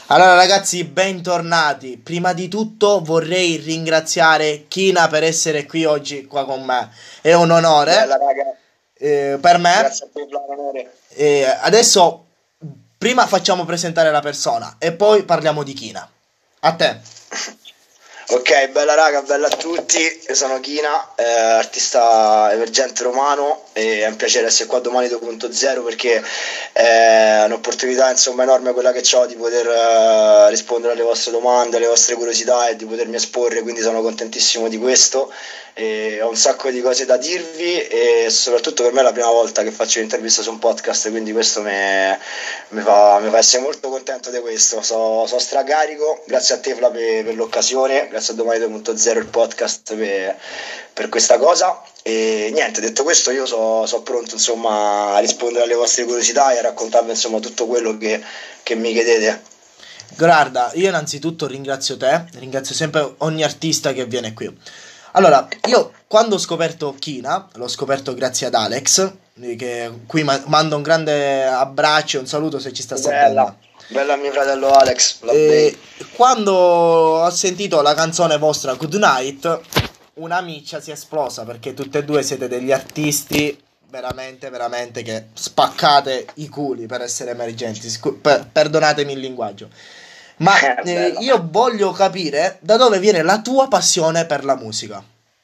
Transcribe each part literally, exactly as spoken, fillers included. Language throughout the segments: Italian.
Allora ragazzi, bentornati. Prima di tutto vorrei ringraziare Kina per essere qui oggi qua con me. È un onore Bella raga, eh, per me. grazie a te, Flavio, onore. E adesso prima facciamo presentare la persona e poi parliamo di Kina. A te. Ok, bella raga, bella a tutti, io sono Kina, eh, artista emergente romano e è un piacere essere qua domani due punto zero perché è un'opportunità insomma enorme quella che ho di poter eh, rispondere alle vostre domande, alle vostre curiosità e di potermi esporre, quindi sono contentissimo di questo e ho un sacco di cose da dirvi e soprattutto per me è la prima volta che faccio un'intervista su un podcast, quindi questo mi, mi fa, mi fa essere molto contento di questo, so, so stracarico, grazie a te Fla per, per l'occasione, grazie a Domani due punto zero il podcast per, per questa cosa e niente, detto questo io sono so pronto insomma a rispondere alle vostre curiosità e a raccontarvi insomma tutto quello che, che mi chiedete. Guarda, io innanzitutto ringrazio te, ringrazio sempre ogni artista che viene qui. Allora, io quando ho scoperto Kina, l'ho scoperto grazie ad Alex, che qui ma- mando un grande abbraccio e un saluto se ci sta Bella, sentendo. bella a mio fratello Alex, Love E Day. quando ho sentito la canzone vostra Good Night, una miccia si è esplosa perché tutte e due siete degli artisti veramente, veramente che spaccate i culi per essere emergenti. Scu- per- perdonatemi il linguaggio. Ma eh, Bella. io voglio capire da dove viene la tua passione per la musica.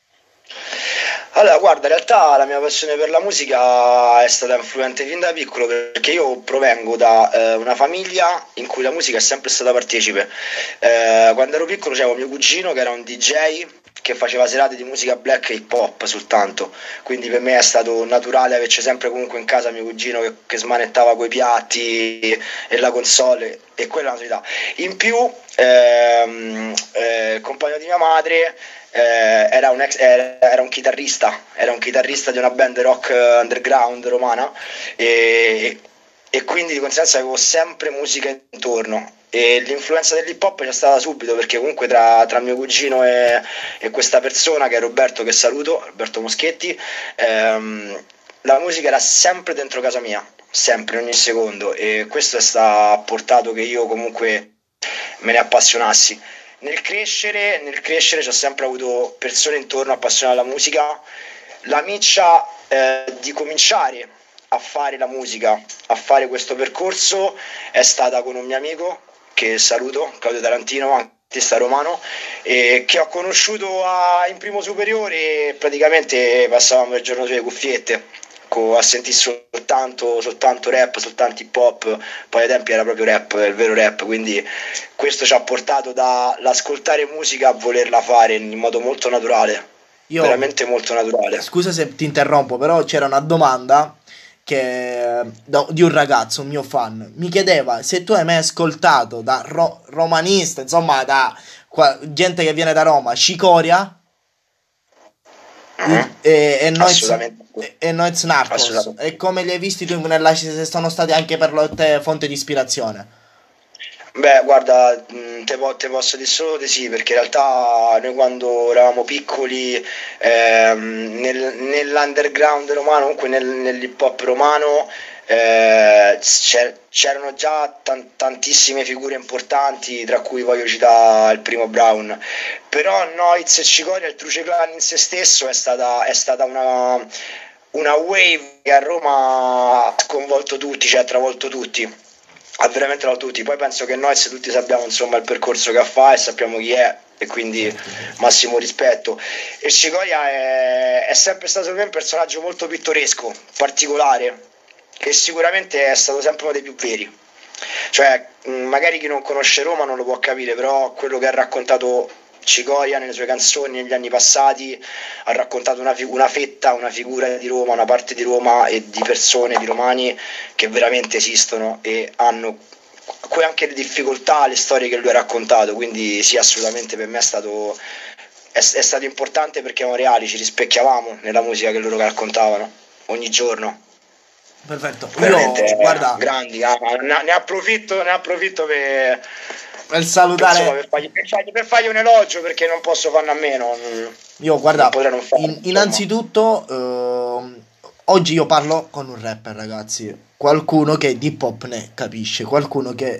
Allora, guarda, in realtà la mia passione per la musica è stata influente fin da piccolo perché io provengo da eh, una famiglia in cui la musica è sempre stata partecipe. Eh, quando ero piccolo c'avevo mio cugino che era un D J che faceva serate di musica black e hip hop soltanto, quindi per me è stato naturale averci sempre comunque in casa mio cugino che, che smanettava coi piatti e la console e quella è una novità. In più, ehm, eh, il compagno di mia madre eh, era, un ex, era, era un chitarrista, era un chitarrista di una band rock underground romana e, e quindi di conseguenza avevo sempre musica intorno. E l'influenza dell'hip hop c'è stata subito perché comunque tra, tra mio cugino e, e questa persona che è Roberto, che saluto, Roberto Moschetti, ehm, la musica era sempre dentro casa mia, sempre, ogni secondo, e questo è sta- ha portato che io comunque me ne appassionassi. Nel crescere, nel crescere ho sempre avuto persone intorno appassionate alla musica, la miccia eh, di cominciare a fare la musica, a fare questo percorso è stata con un mio amico che saluto, Claudio Tarantino, artista romano, e che ho conosciuto a, in primo superiore e praticamente passavamo il giorno sulle cuffiette co- a sentire soltanto, soltanto rap, soltanto hip hop, poi ai tempi era proprio rap, il vero rap, quindi questo ci ha portato dall'ascoltare musica a volerla fare in modo molto naturale, Io, veramente molto naturale. scusa se ti interrompo, però c'era una domanda che, da- di un ragazzo, un mio fan, mi chiedeva se tu hai mai ascoltato da ro- romanista, insomma, da qua- gente che viene da Roma, Cicoria Mhm. e, e Noiz Assolutamente, e, e Noiz Narcos. assolutamente. E come li hai visti tu nella, se sono stati anche per lo- te fonte di ispirazione? Beh, guarda, mh, te, po- te posso dire solo di sì, perché in realtà noi quando eravamo piccoli, ehm, nel- nell'underground romano, comunque nel- nell'hip hop romano, eh, c'er- c'erano già tan- tantissime figure importanti, tra cui voglio citare il primo Brown. Però Noiz e Cicoria, il Truce Clan in se stesso è stata, è stata una, una wave che a Roma ha sconvolto tutti, cioè ha travolto tutti, ha veramente dato tutti. Poi penso che noi se tutti sappiamo insomma il percorso che ha fatto e sappiamo chi è e quindi Certo, certo. massimo rispetto. E Cicoria è, è sempre stato per me un personaggio molto pittoresco, particolare e sicuramente è stato sempre uno dei più veri. Cioè, mh, magari chi non conosce Roma non lo può capire, però quello che ha raccontato Cicoria nelle sue canzoni negli anni passati ha raccontato una, fi- una fetta, una figura di Roma, una parte di Roma e di persone, di romani che veramente esistono e hanno que- anche le difficoltà, le storie che lui ha raccontato, quindi sì, assolutamente per me è stato, è, è stato importante perché erano reali, ci rispecchiavamo nella musica che loro raccontavano ogni giorno. Perfetto. Veramente Io, eh, guarda, grandi, ah, ne, ne approfitto, ne approfitto per, per per, insomma, salutare. per, fargli, per, fargli, per fargli un elogio perché non posso farne a meno, non, Io, non guarda, potrei non farlo, in- insomma. innanzitutto, ehm, oggi io parlo con un rapper, ragazzi. Qualcuno che di hip hop ne capisce, qualcuno che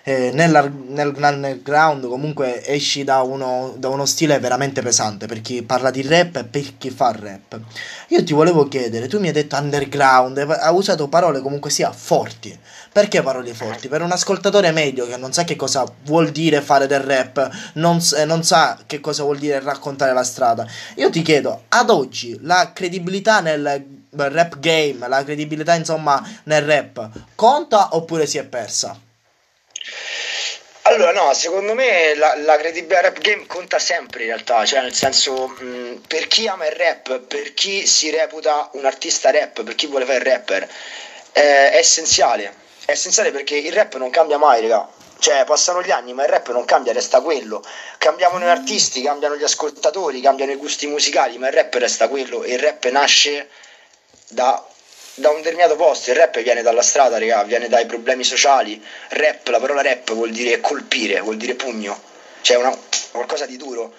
eh, nella- nel underground comunque esci da uno, da uno stile veramente pesante per chi parla di rap e per chi fa rap. Io ti volevo chiedere, tu mi hai detto underground, hai usato parole comunque sia forti. Perché parole forti? Per un ascoltatore medio che non sa che cosa vuol dire fare del rap, non, s- eh, non sa che cosa vuol dire raccontare la strada. Io ti chiedo, ad oggi la credibilità nel rap game, la credibilità insomma nel rap, conta oppure si è persa? Allora, no, secondo me la, la credibilità rap game conta sempre in realtà, cioè nel senso, mh, per chi ama il rap, per chi si reputa un artista rap, per chi vuole fare il rapper, eh, è essenziale, è essenziale perché il rap non cambia mai, raga. Cioè, passano gli anni, ma il rap non cambia, resta quello. Cambiamo noi artisti, cambiano gli ascoltatori, cambiano i gusti musicali, ma il rap resta quello e il rap nasce da, da un determinato posto. Il rap viene dalla strada, raga, viene dai problemi sociali. Rap, la parola rap vuol dire colpire, vuol dire pugno, cioè una, qualcosa di duro.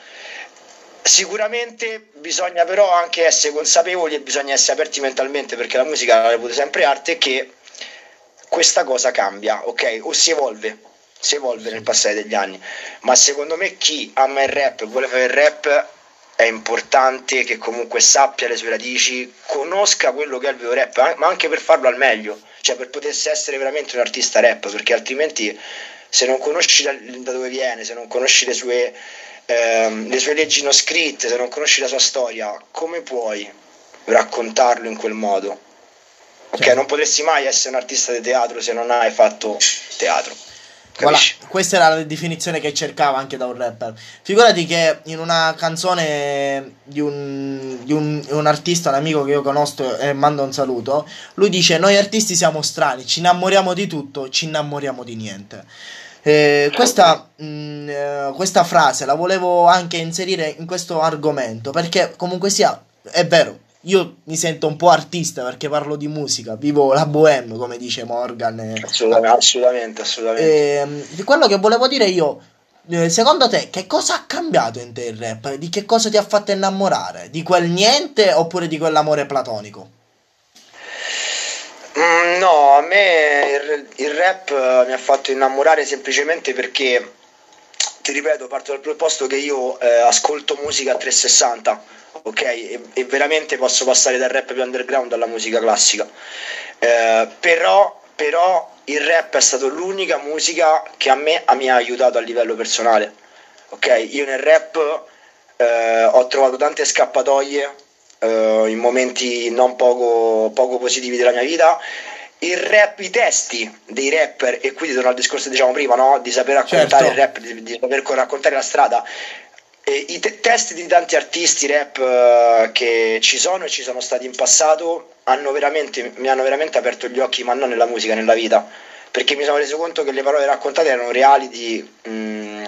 Sicuramente bisogna però anche essere consapevoli e bisogna essere aperti mentalmente perché la musica la reputo sempre arte e che questa cosa cambia, ok? O si evolve, si evolve nel Sì. passare degli anni. Ma secondo me chi ama il rap e vuole fare il rap è importante che comunque sappia le sue radici, conosca quello che è il vero rap, eh, ma anche per farlo al meglio, cioè per potersi essere veramente un artista rap, perché altrimenti se non conosci da, da dove viene, se non conosci le sue, ehm, le sue leggi non scritte, se non conosci la sua storia, come puoi raccontarlo in quel modo? Ok, Certo. non potresti mai essere un artista di teatro se non hai fatto teatro, Voilà, capisci? questa era la definizione che cercava anche da un rapper. Figurati che in una canzone di un, di un, un artista, un amico che io conosco e mando un saluto, lui dice: Noi artisti siamo strani, ci innamoriamo di tutto, ci innamoriamo di niente. Eh, questa, mh, eh, questa frase la volevo anche inserire in questo argomento perché comunque sia, è vero. Io mi sento un po' artista perché parlo di musica, vivo la bohème, come dice Morgan. eh, Assolutamente, assolutamente, assolutamente. Ehm, di quello che volevo dire io, eh, secondo te, che cosa ha cambiato in te il rap? Di che cosa ti ha fatto innamorare? Di quel niente oppure di quell'amore platonico? Mm, no, a me il, il rap eh, mi ha fatto innamorare semplicemente perché, ti ripeto, parto dal presupposto che io eh, ascolto musica a trecentosessanta, ok? E, e veramente posso passare dal rap più underground alla musica classica. Eh, però, però il rap è stato l'unica musica che a me mi ha aiutato a livello personale, ok? Io nel rap eh, ho trovato tante scappatoie eh, in momenti non poco, poco positivi della mia vita. Il rap, i testi dei rapper, e quindi torno al discorso che diciamo prima, no? Di saper raccontare il Certo, rap, di, di saper raccontare la strada. E i te- testi di tanti artisti rap eh, che ci sono e ci sono stati in passato hanno veramente, mi hanno veramente aperto gli occhi, ma non nella musica, nella vita, perché mi sono reso conto che le parole raccontate erano reali di, mm,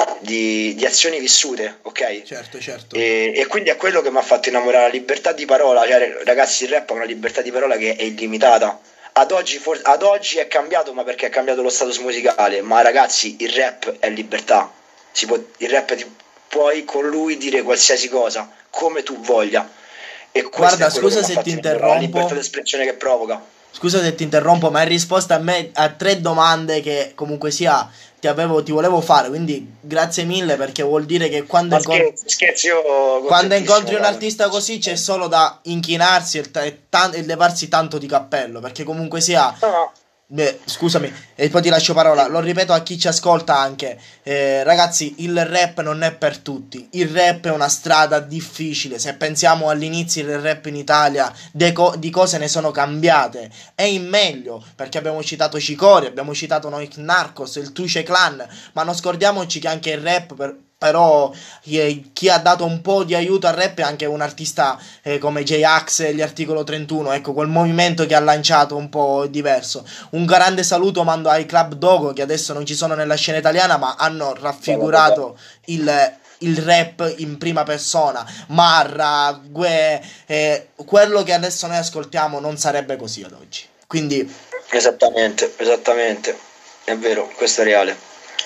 di, di azioni vissute, ok? certo, certo. E, e quindi è quello che mi ha fatto innamorare, la libertà di parola, cioè ragazzi il rap ha una libertà di parola che è illimitata. Ad oggi, for- ad oggi è cambiato, ma perché è cambiato lo status musicale, ma ragazzi il rap è libertà, si può, il rap ti, puoi con lui dire qualsiasi cosa, come tu voglia, e questo è Guarda, quello che scusa mi ha se ti fatto innamorare, la libertà interrompo. d'espressione che provoca. Scusa se ti interrompo, ma hai risposto a me a tre domande che comunque sia ti avevo, ti volevo fare. Quindi grazie mille perché vuol dire che quando Ma incontri. scherzi, scherzi, io Quando contentissimo, incontri un guarda. artista così c'è solo da inchinarsi e, ta- e tan- e levarsi tanto di cappello, perché comunque sia. No, no, Beh, scusami, e poi ti lascio parola. Lo dimmi. ripeto a chi ci ascolta anche. Eh, ragazzi, il rap non è per tutti. Il rap è una strada difficile. Se pensiamo all'inizio del rap in Italia, de co- di cose ne sono cambiate. È in meglio, perché abbiamo citato Cicori, abbiamo citato Noik Narcos, il Tuce Clan, ma non scordiamoci che anche il rap per- però chi, chi ha dato un po' di aiuto al rap è anche un artista eh, come J-Ax e gli Articolo trentuno, ecco quel movimento che ha lanciato un po' diverso. Un grande saluto mando ai Club Dogo che adesso non ci sono nella scena italiana ma hanno Bene, bene. raffigurato il, il rap in prima persona. Marra, Gue, eh, quello che adesso noi ascoltiamo non sarebbe così ad oggi. Quindi, Esattamente, esattamente. È vero, questo è reale.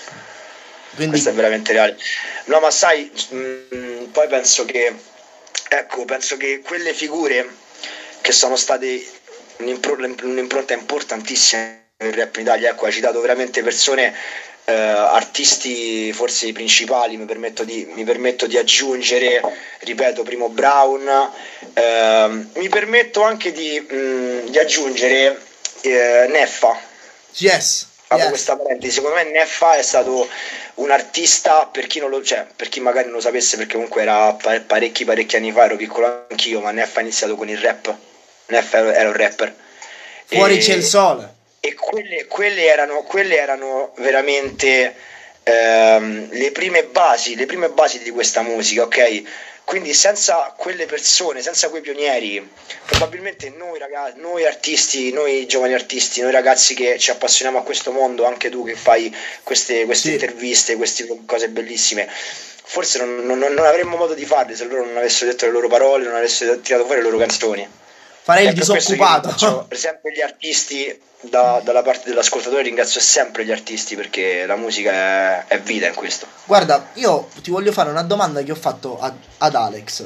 Questo è quindi veramente reale. No, ma sai, mh, poi penso che, ecco, penso che quelle figure che sono state un'impro- un'impronta importantissima nel rap in Italia, ecco, hai citato veramente persone eh, artisti forse i principali, mi permetto di, mi permetto di aggiungere, ripeto, Primo Brown, eh, mi permetto anche di, mh, di aggiungere eh, Neffa. Yes. Apro Yes. questa parentesi, secondo me Neffa è stato un artista, per chi non lo, cioè, per chi magari non lo sapesse, perché comunque era pa- parecchi parecchi anni fa, ero piccolo anch'io, ma Neffa ha iniziato con il rap. Neffa era era un rapper. Fuori c'è il E, sole. e quelle, quelle erano, quelle erano veramente ehm, le prime basi, le prime basi di questa musica, ok? Quindi senza quelle persone, senza quei pionieri, probabilmente noi ragazzi, noi artisti, noi giovani artisti, noi ragazzi che ci appassioniamo a questo mondo, anche tu che fai queste, queste Sì. interviste, queste cose bellissime, forse non, non- non avremmo modo di farle se loro non avessero detto le loro parole, non avessero tirato fuori le loro canzoni. Farei il È per questo che io disoccupato. ringrazio sempre gli artisti, da- dalla parte dell'ascoltatore ringrazio sempre gli artisti, perché la musica è, è vita in questo. Guarda, io ti voglio fare una domanda che ho fatto ad, ad Alex.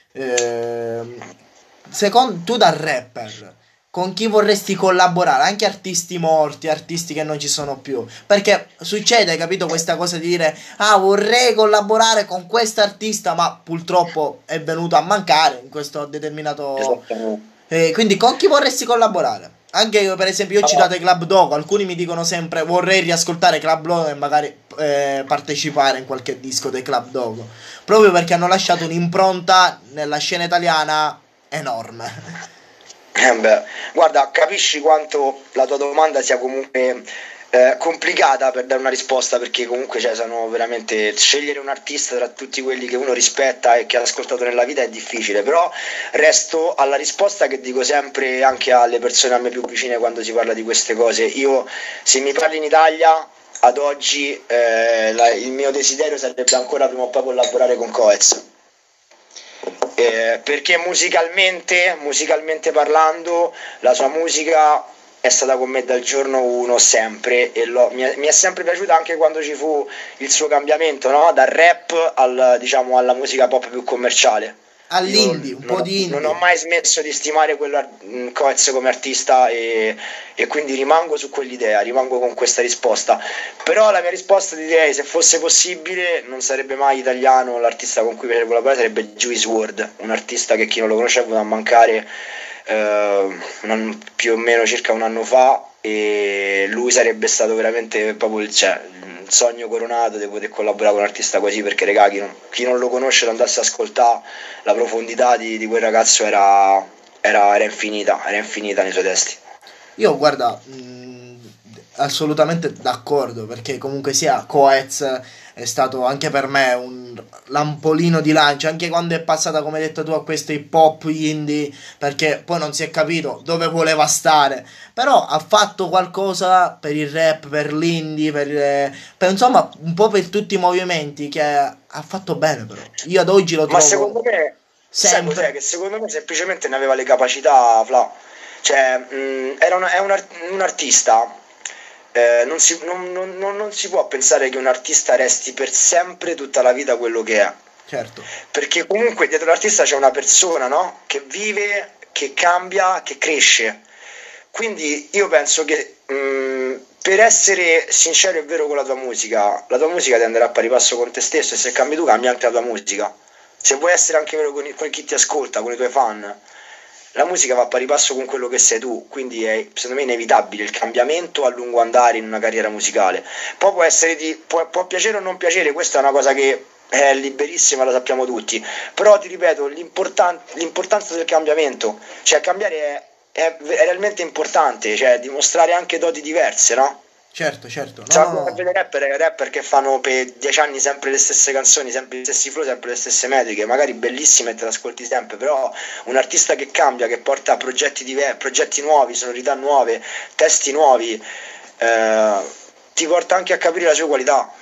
Ehm, secondo tu da rapper, con chi vorresti collaborare? Anche artisti morti, artisti che non ci sono più. Perché succede, capito, questa cosa di dire, ah, vorrei collaborare con quest'artista, ma purtroppo è venuto a mancare in questo determinato... Esattamente. Eh, quindi con chi vorresti collaborare? Anche io, per esempio, io ho Allora, citato i Club Dogo. Alcuni mi dicono sempre vorrei riascoltare Club Dogo e magari eh, partecipare in qualche disco dei Club Dogo. Proprio perché hanno lasciato un'impronta nella scena italiana enorme. eh beh, guarda, capisci quanto la tua domanda sia comunque eh, complicata per dare una risposta, perché comunque cioè, sono veramente scegliere un artista tra tutti quelli che uno rispetta e che ha ascoltato nella vita è difficile, però resto alla risposta che dico sempre anche alle persone a me più vicine quando si parla di queste cose. Io, se mi parli in Italia, ad oggi eh, la- il mio desiderio sarebbe ancora prima o poi collaborare con Coez. Eh, perché musicalmente, musicalmente parlando, la sua musica è stata con me dal giorno uno sempre, e l'ho- mi, è, mi è sempre piaciuta anche quando ci fu il suo cambiamento, no? Dal rap al, diciamo, alla musica pop più commerciale. Io All'indie, un non po' ho, di non ho indie. mai smesso di stimare quello, mh, Coez come artista, e, e quindi rimango su quell'idea, rimango con questa risposta. Però la mia risposta ti direi, se fosse possibile, non sarebbe mai italiano, l'artista con cui piacerebbe collaborare sarebbe Juice world, un artista che chi non lo conosce è venuto a mancare eh, un- più o meno circa un anno fa, e lui sarebbe stato veramente proprio il, cioè, il sogno coronato di poter collaborare con un artista così, perché regà, chi non, chi non lo conosce lo andasse a ascoltare, la profondità di, di quel ragazzo era, era, era infinita, era infinita nei suoi testi. Io, guarda, mh, assolutamente d'accordo, perché comunque sia Coez è stato anche per me un lampolino di lancio, anche quando è passata, come hai detto tu, a questo hip hop indie, perché poi non si è capito dove voleva stare, però ha fatto qualcosa per il rap, per l'indie, per, eh, per insomma un po' per tutti i movimenti che ha fatto bene, però. Io ad oggi lo Ma secondo trovo me, sai cos'è? sempre. Che secondo me semplicemente ne aveva le capacità, Fla. Cioè, mh, era una- è un, ar- un artista. Eh, non si, non- non- non- non si può pensare che un artista resti per sempre tutta la vita quello che è. Certo. Perché comunque dietro l'artista c'è una persona, no? Che vive, che cambia, che cresce. Quindi io penso che mh, per essere sincero e vero con la tua musica, la tua musica ti andrà a pari passo con te stesso, e se cambi tu cambia anche la tua musica. Se vuoi essere anche vero con, i- con chi ti ascolta, con i tuoi fan, la musica va a pari passo con quello che sei tu, quindi è secondo me inevitabile il cambiamento a lungo andare in una carriera musicale. Poi può essere di, può, può piacere o non piacere, questa è una cosa che è liberissima, la sappiamo tutti, però ti ripeto, l'importan- l'importanza del cambiamento, cioè cambiare è, è, è realmente importante, cioè dimostrare anche doti diverse, no? Certo, certo. No, Cioè, no, a no. vedere rapper, rapper che fanno per dieci anni sempre le stesse canzoni, sempre gli stessi flow, sempre le stesse metriche, magari bellissime e te le ascolti sempre, però un artista che cambia, che porta progetti, diver- progetti nuovi, sonorità nuove, testi nuovi, eh, ti porta anche a capire la sua qualità.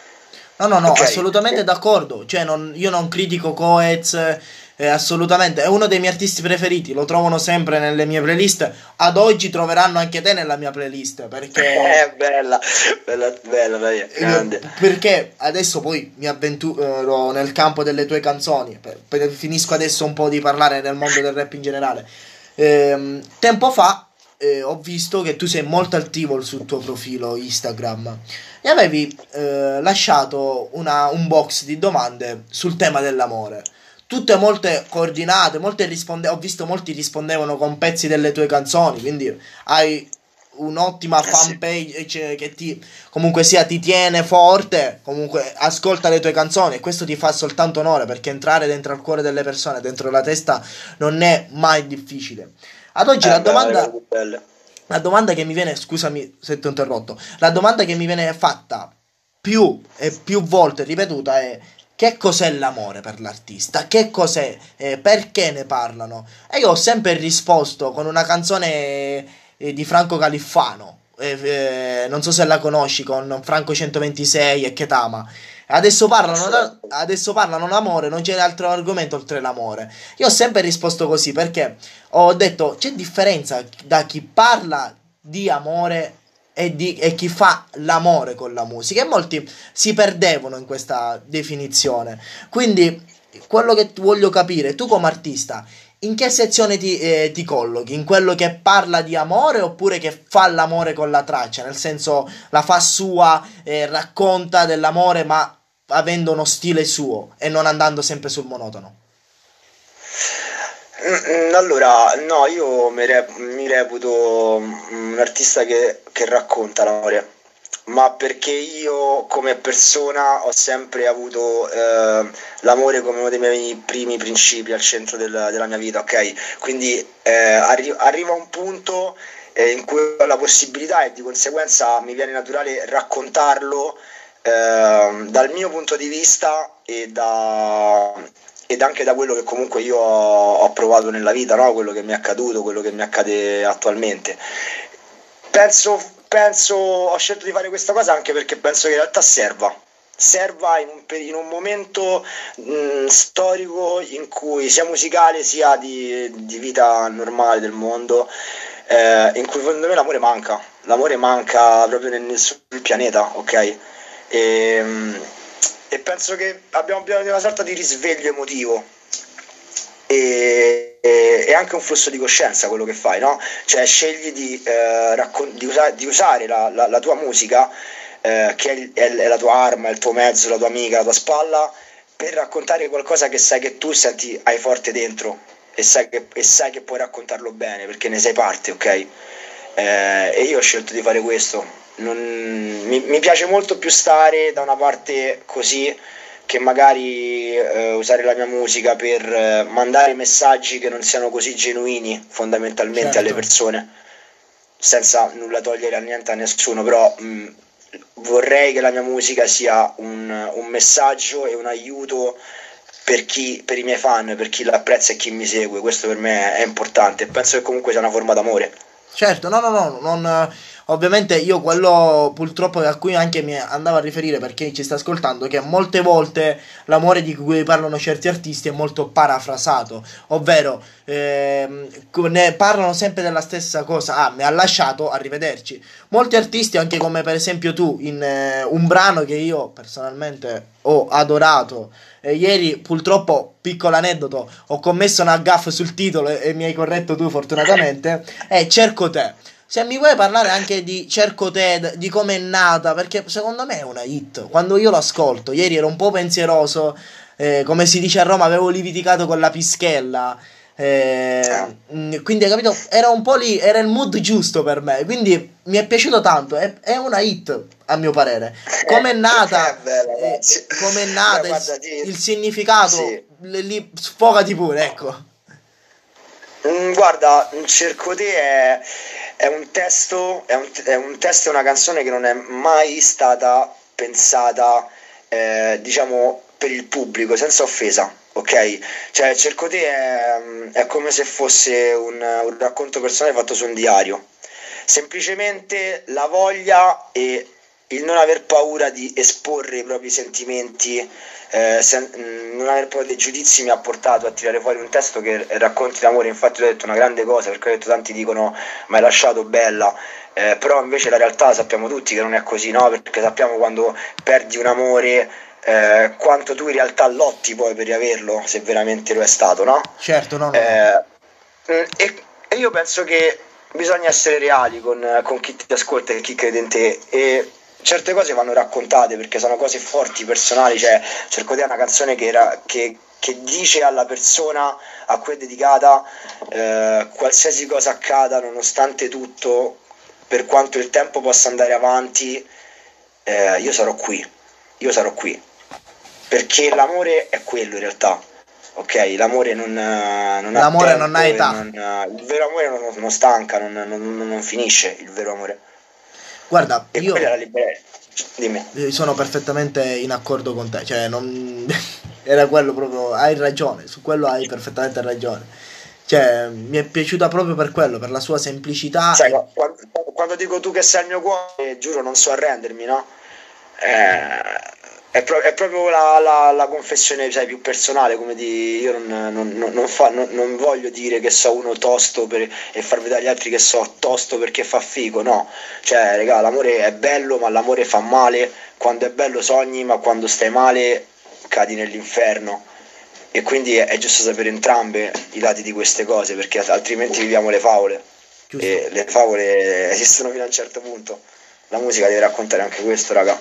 No, no, no, Ok? assolutamente d'accordo. Cioè, non- io non critico Coez, eh, assolutamente. È uno dei miei artisti preferiti. Lo trovano sempre nelle mie playlist. Ad oggi troveranno anche te nella mia playlist. Perché, È bella, bella, bella, dai, eh, grande. perché adesso poi mi avventuro nel campo delle tue canzoni. Per- per- finisco adesso un po' di parlare nel mondo del rap in generale. Ehm, tempo fa eh, ho visto che tu sei molto attivo sul tuo profilo Instagram e avevi eh, lasciato una, un box di domande sul tema dell'amore. Tutte molte coordinate, molte risponde- ho visto molti rispondevano con pezzi delle tue canzoni, quindi hai un'ottima Eh sì. fanpage che ti comunque sia ti tiene forte, comunque ascolta le tue canzoni e questo ti fa soltanto onore perché entrare dentro al cuore delle persone, dentro la testa non è mai difficile. Ad oggi la Eh beh, le cose domanda più belle. la domanda che mi viene, scusami se ti ho interrotto, la domanda che mi viene fatta più e più volte ripetuta è che cos'è l'amore per l'artista? Che cos'è? Eh, perché ne parlano? E io ho sempre risposto con una canzone eh, di Franco Califfano, eh, eh, non so se la conosci, con Franco centoventisei e Ketama. Adesso parlano, da- Assolutamente. adesso parlano d'amore, non c'è altro argomento oltre l'amore. Io ho sempre risposto così perché ho detto c'è differenza da chi parla di amore e, di, e chi fa l'amore con la musica e molti si perdevano in questa definizione. Quindi quello che voglio capire, tu come artista, in che sezione ti, eh, ti collochi? In quello che parla di amore oppure che fa l'amore con la traccia? Nel senso la fa sua, eh, racconta dell'amore ma avendo uno stile suo e non andando sempre sul monotono. Mm, mm, Allora, no, io mi, rep- mi reputo mm, un artista che, che racconta l'amore, ma perché io come persona ho sempre avuto eh, l'amore come uno dei miei primi principi al centro del- della mia vita, ok? Quindi eh, arri- arriva un punto eh, in cui ho la possibilità e di conseguenza mi viene naturale raccontarlo ehm, dal mio punto di vista e da ed anche da quello che comunque io ho, ho provato nella vita, no? Quello che mi è accaduto, quello che mi accade attualmente. Penso, penso, ho scelto di fare questa cosa anche perché penso che in realtà serva. Serva in un, pe- in un momento mh, storico in cui sia musicale sia di, di vita normale del mondo, eh, in cui secondo me l'amore manca. L'amore manca proprio nel, sul pianeta, ok? E, e penso che abbiamo bisogno di una sorta di risveglio emotivo e, e- e anche un flusso di coscienza quello che fai, no? Cioè scegli di, eh, raccon- di usa- di usare la, la- la tua musica, eh, che è, il- è il- è la tua arma, il tuo mezzo, la tua amica, la tua spalla, per raccontare qualcosa che sai che tu senti, hai forte dentro e sai che, e sai che puoi raccontarlo bene perché ne sei parte, ok? Eh, e io ho scelto di fare questo. Non- mi, mi piace molto più stare da una parte così che magari eh, usare la mia musica per eh, mandare messaggi che non siano così genuini fondamentalmente alle Certo. persone, senza nulla togliere a niente a nessuno, però mh, vorrei che la mia musica sia un, un messaggio e un aiuto per chi, per i miei fan, per chi l'apprezza e chi mi segue. Questo per me è importante. Penso che comunque sia una forma d'amore. Certo, no, no, no, non, ovviamente io quello purtroppo a cui anche mi andavo a riferire per chi ci sta ascoltando, che molte volte l'amore di cui parlano certi artisti è molto parafrasato, ovvero ehm, ne parlano sempre della stessa cosa, ah, mi ha lasciato, arrivederci. Molti artisti, anche come per esempio tu, in eh, un brano che io personalmente ho adorato, e ieri purtroppo, piccolo aneddoto, ho commesso una gaffe sul titolo e, e mi hai corretto tu fortunatamente, è Cerco te. Se mi vuoi parlare anche di Cerco te, d- di come è nata, perché secondo me è una hit. Quando io lo ascolto, ieri ero un po' pensieroso, eh, come si dice a Roma, avevo litigato con la pischella. Eh. eh, mh, quindi hai capito, era un po' lì, era il mood giusto per me. Quindi mi è piaciuto tanto. È, è una hit, a mio parere. Come è Eh, nata, beh, eh, ragazzi. come è Beh, nata, il, guarda, ti... il significato, Sì. lì, lì sfogati pure, ecco. Mm, guarda, Cerco te è, è un testo, è un, è un testo e una canzone che non è mai stata pensata, eh, diciamo, per il pubblico, senza offesa, ok? Cioè, Cerco te è, è come se fosse un, un racconto personale fatto su un diario. Semplicemente la voglia e il non aver paura di esporre i propri sentimenti, eh, sen- mh, non aver paura dei giudizi mi ha portato a tirare fuori un testo che racconti l'amore. Infatti, ho detto una grande cosa perché ho detto tanti dicono ma hai lasciato bella, eh, però invece la realtà sappiamo tutti che non è così, no? Perché sappiamo quando perdi un amore. Eh, quanto tu in realtà lotti poi per riaverlo, se veramente lo è stato, no? Certo, no, no, no. Eh, mm, e, e io penso che bisogna essere reali con, con chi ti ascolta e chi crede in te, e certe cose vanno raccontate perché sono cose forti, personali. Cioè, cerco di è una canzone che, era, che, che dice alla persona a cui è dedicata, eh, qualsiasi cosa accada, nonostante tutto, per quanto il tempo possa andare avanti, eh, io sarò qui, io sarò qui, perché l'amore è quello in realtà. Ok, l'amore non, non ha L'amore tempo, non ha età. non, il vero amore non, non stanca, non, non, non finisce il vero amore. Guarda, E io quella è la libertà. Dimmi. sono perfettamente in accordo con te, cioè non era quello proprio, hai ragione, su quello hai perfettamente ragione. Cioè, mi è piaciuta proprio per quello, per la sua semplicità Sai, e quando, quando dico tu che sei il mio cuore, giuro, non so arrendermi, no? Eh, è, pro- è proprio la, la- la confessione, sai, più personale, come di io non, non- non- non fa- non- non voglio dire che so uno tosto per- e far vedere agli altri che so tosto perché fa figo, no. Cioè, raga, l'amore è bello, ma l'amore fa male. Quando è bello sogni, ma quando stai male cadi nell'inferno. E quindi è, è giusto sapere entrambe i lati di queste cose, perché altrimenti viviamo le favole. giusto. E le favole esistono fino a un certo punto. La musica deve raccontare anche questo, raga.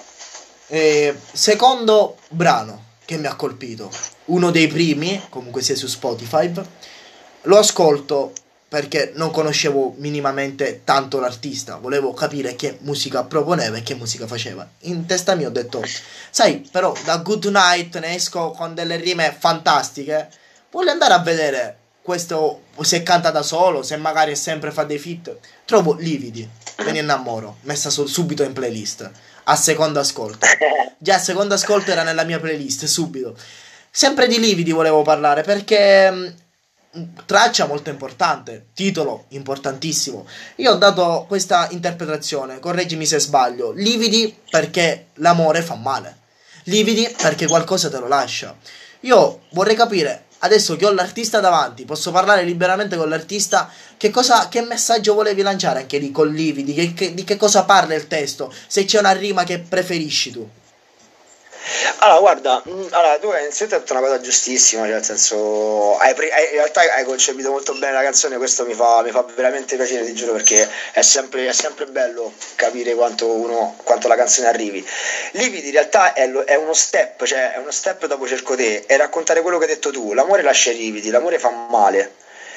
E secondo brano che mi ha colpito, uno dei primi, comunque sia su Spotify, lo ascolto perché non conoscevo minimamente tanto l'artista, volevo capire che musica proponeva e che musica faceva. In testa mia ho detto, sai, però da Good Night ne esco con delle rime fantastiche, voglio andare a vedere questo se canta da solo, se magari sempre fa dei feat. Trovo Lividi, me ne innamoro, messa su- subito in playlist, a secondo ascolto. Già a secondo ascolto era nella mia playlist, subito. Sempre di Lividi volevo parlare perché mh, traccia molto importante, titolo importantissimo. Io ho dato questa interpretazione, correggimi se sbaglio. Lividi perché l'amore fa male. Lividi perché qualcosa te lo lascia. Io vorrei capire, adesso che ho l'artista davanti, posso parlare liberamente con l'artista, che cosa, che messaggio volevi lanciare anche lì con Lividi, che, che, di che cosa parla il testo, se c'è una rima che preferisci tu. Allora, guarda, mh, allora, tu hai iniziato detto una cosa giustissima, cioè, nel senso, hai pre- hai- in realtà hai concepito molto bene la canzone, questo mi fa, mi fa veramente piacere, ti giuro, perché è sempre, è sempre bello capire quanto, uno, quanto la canzone arrivi. Lividi in realtà è, lo- è uno step, cioè è uno step dopo Cerco te, è raccontare quello che hai detto tu, l'amore lascia i lividi, l'amore fa male.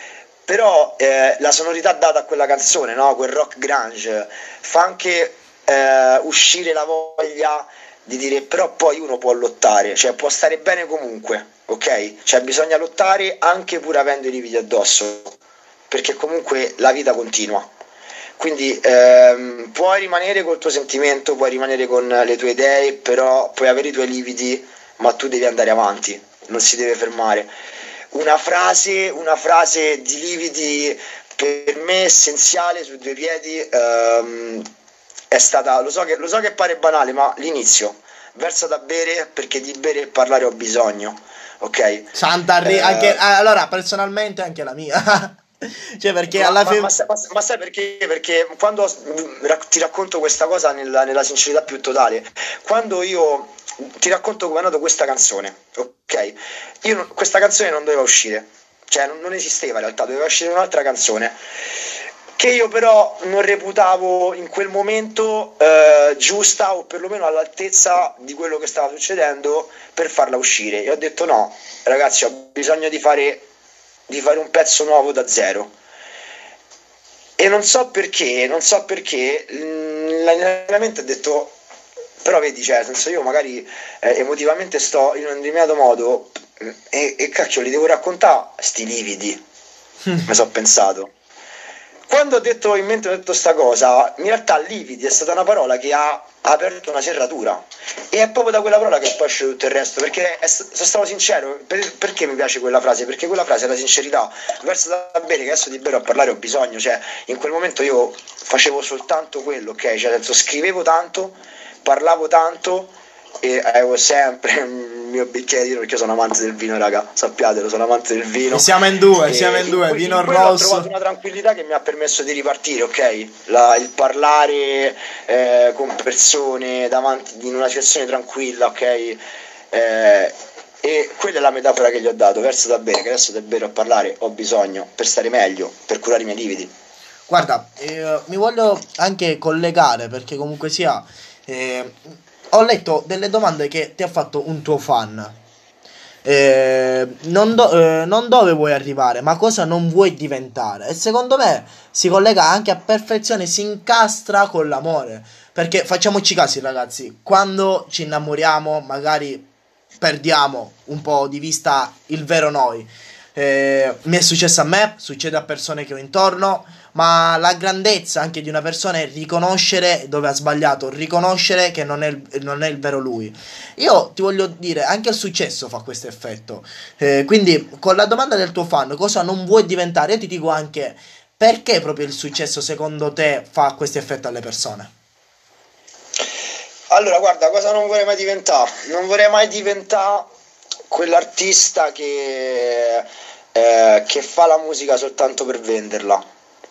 Però eh, la sonorità data a quella canzone, no? Quel rock grunge, fa anche eh, uscire la voglia di dire però poi uno può lottare, cioè può stare bene comunque, ok? Cioè bisogna lottare anche pur avendo i lividi addosso, perché comunque la vita continua. Quindi ehm, puoi rimanere col tuo sentimento, puoi rimanere con le tue idee, però puoi avere i tuoi lividi, ma tu devi andare avanti, non si deve fermare. Una frase, una frase di lividi per me essenziale su due piedi, ehm, è stata, lo so che, lo so che pare banale, ma l'inizio, verso da bere perché di bere e parlare ho bisogno, ok? Santa Ri- anche, Eh, allora, personalmente anche la mia. Cioè, perché ma, alla ma, fine... ma, sai, ma- ma sai perché? Perché quando mm, rac- ti racconto questa cosa nella, nella sincerità più totale, quando io ti racconto come è nata questa canzone, ok? Io non- questa canzone non doveva uscire, cioè non, non esisteva in realtà, doveva uscire un'altra canzone che io però non reputavo in quel momento eh, giusta o perlomeno all'altezza di quello che stava succedendo per farla uscire. E ho detto no, ragazzi, ho bisogno di fare, di fare un pezzo nuovo da zero. E non so perché, non so perché, mh, la nella mente ho detto, però vedi, cioè, nel senso io magari eh, emotivamente sto in un determinato modo mh, e, e cacchio, li devo raccontare sti lividi, mi sono pensato. Quando ho detto in mente ho detto sta cosa, in realtà lividi è stata una parola che ha aperto una serratura e è proprio da quella parola che poi esce tutto il resto, perché è, sono stato sincero. Per- perché mi piace quella frase? Perché quella frase è la sincerità, verso da bene che adesso di bere a parlare ho bisogno, cioè in quel momento io facevo soltanto quello, ok? Cioè nel senso, scrivevo tanto, parlavo tanto e avevo sempre il mio bicchiere di vino, perché io sono amante del vino, raga, sappiatelo, sono amante del E vino. siamo in due, siamo E in in, due, que- vino in quello ho trovato rosso. una tranquillità che mi ha permesso di ripartire, ok? La- il parlare eh, con persone davanti in una situazione tranquilla, ok? Eh, e quella è la metafora che gli ho dato, verso da bere, che adesso del bere a parlare ho bisogno per stare meglio, per curare i miei lividi. Guarda, eh, mi voglio anche collegare perché comunque sia, eh, ho letto delle domande che ti ha fatto un tuo fan. Eh, non, do- eh, non dove vuoi arrivare, ma cosa non vuoi diventare. E secondo me si collega anche a perfezione, si incastra con l'amore. Perché facciamoci casi, ragazzi, quando ci innamoriamo, magari perdiamo un po' di vista il vero noi. Eh, mi è successo a me, succede a persone che ho intorno, ma la grandezza anche di una persona è riconoscere dove ha sbagliato, riconoscere che non è il, non è il vero lui. Io ti voglio dire, anche il successo fa questo effetto. Eh, quindi, con la domanda del tuo fan, cosa non vuoi diventare, io ti dico anche perché proprio il successo secondo te fa questo effetto alle persone. Allora, guarda, cosa non vorrei mai diventare? Non vorrei mai diventare quell'artista che, eh, che fa la musica soltanto per venderla,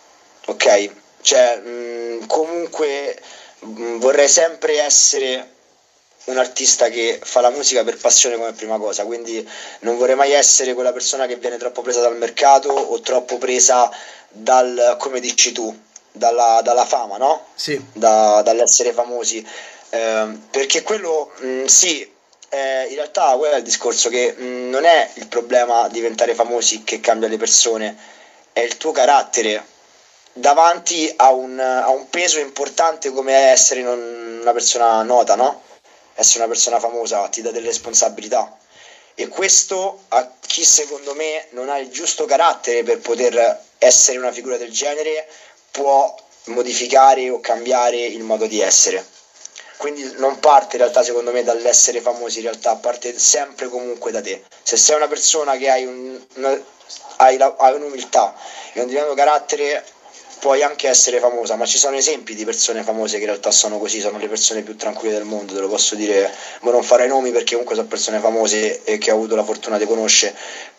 ok? Cioè, mh, comunque mh, vorrei sempre essere un artista che fa la musica per passione come prima cosa, quindi non vorrei mai essere quella persona che viene troppo presa dal mercato o troppo presa dal, come dici tu, dalla, dalla fama, no? Sì, Da- dall'essere famosi. Ehm, perché quello, mh, sì, eh, in realtà quello è il discorso che mh, non è il problema diventare famosi che cambia le persone, è il tuo carattere davanti a un, a un peso importante come essere non- una persona nota, no? Essere una persona famosa ti dà delle responsabilità e questo a chi secondo me non ha il giusto carattere per poter essere una figura del genere può modificare o cambiare il modo di essere. Quindi non parte in realtà secondo me dall'essere famosi, in realtà parte sempre comunque da te. Se sei una persona che hai, un, una, hai, la, hai un'umiltà e un determinato carattere puoi anche essere famosa, ma ci sono esempi di persone famose che in realtà sono così, sono le persone più tranquille del mondo, te lo posso dire, ma non farei nomi perché comunque sono persone famose e che ho avuto la fortuna di conoscere,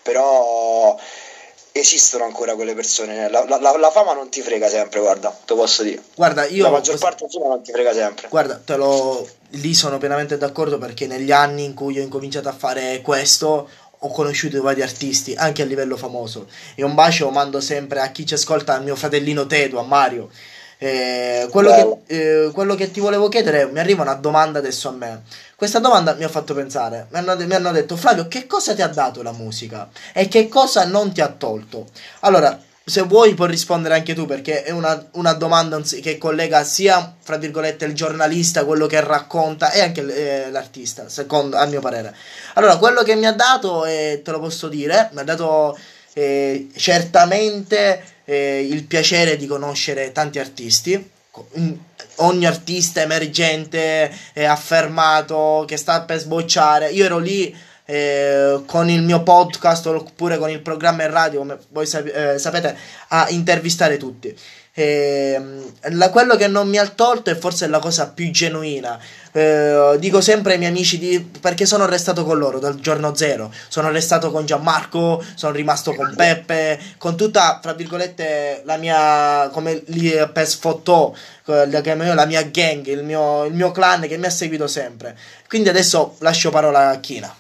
però esistono ancora quelle persone, la, la, la fama non ti frega sempre, guarda, te lo posso dire, guarda, la io maggior cos- parte della fama non ti frega sempre. guarda, te lo lì sono pienamente d'accordo perché negli anni in cui ho incominciato a fare questo ho conosciuto vari artisti, anche a livello famoso. E un bacio mando sempre a chi ci ascolta, a mio fratellino Tedo, a Mario. Eh, quello, che, Bello. eh, quello che ti volevo chiedere, mi arriva una domanda adesso a me. Questa domanda mi ha fatto pensare. Mi hanno, mi hanno detto, Flavio, che cosa ti ha dato la musica? E che cosa non ti ha tolto? Allora, se vuoi puoi rispondere anche tu, perché è una, una domanda che collega sia, fra virgolette, il giornalista, quello che racconta, e anche eh, l'artista, secondo, a mio parere. Allora, quello che mi ha dato, eh, te lo posso dire, mi ha dato eh, certamente eh, il piacere di conoscere tanti artisti. Ogni artista emergente è affermato che sta per sbocciare. Io ero lì eh, con il mio podcast oppure con il programma in radio, come voi sap- eh, sapete, a intervistare tutti. E, la, quello che non mi ha tolto è forse la cosa più genuina. Eh, dico sempre ai miei amici di, perché sono restato con loro dal giorno zero. Sono restato con Gianmarco, sono rimasto con Peppe, con tutta, fra virgolette, la mia, come lì per sfottò, la mia gang, il mio, il mio clan che mi ha seguito sempre. Quindi adesso lascio parola a Kina.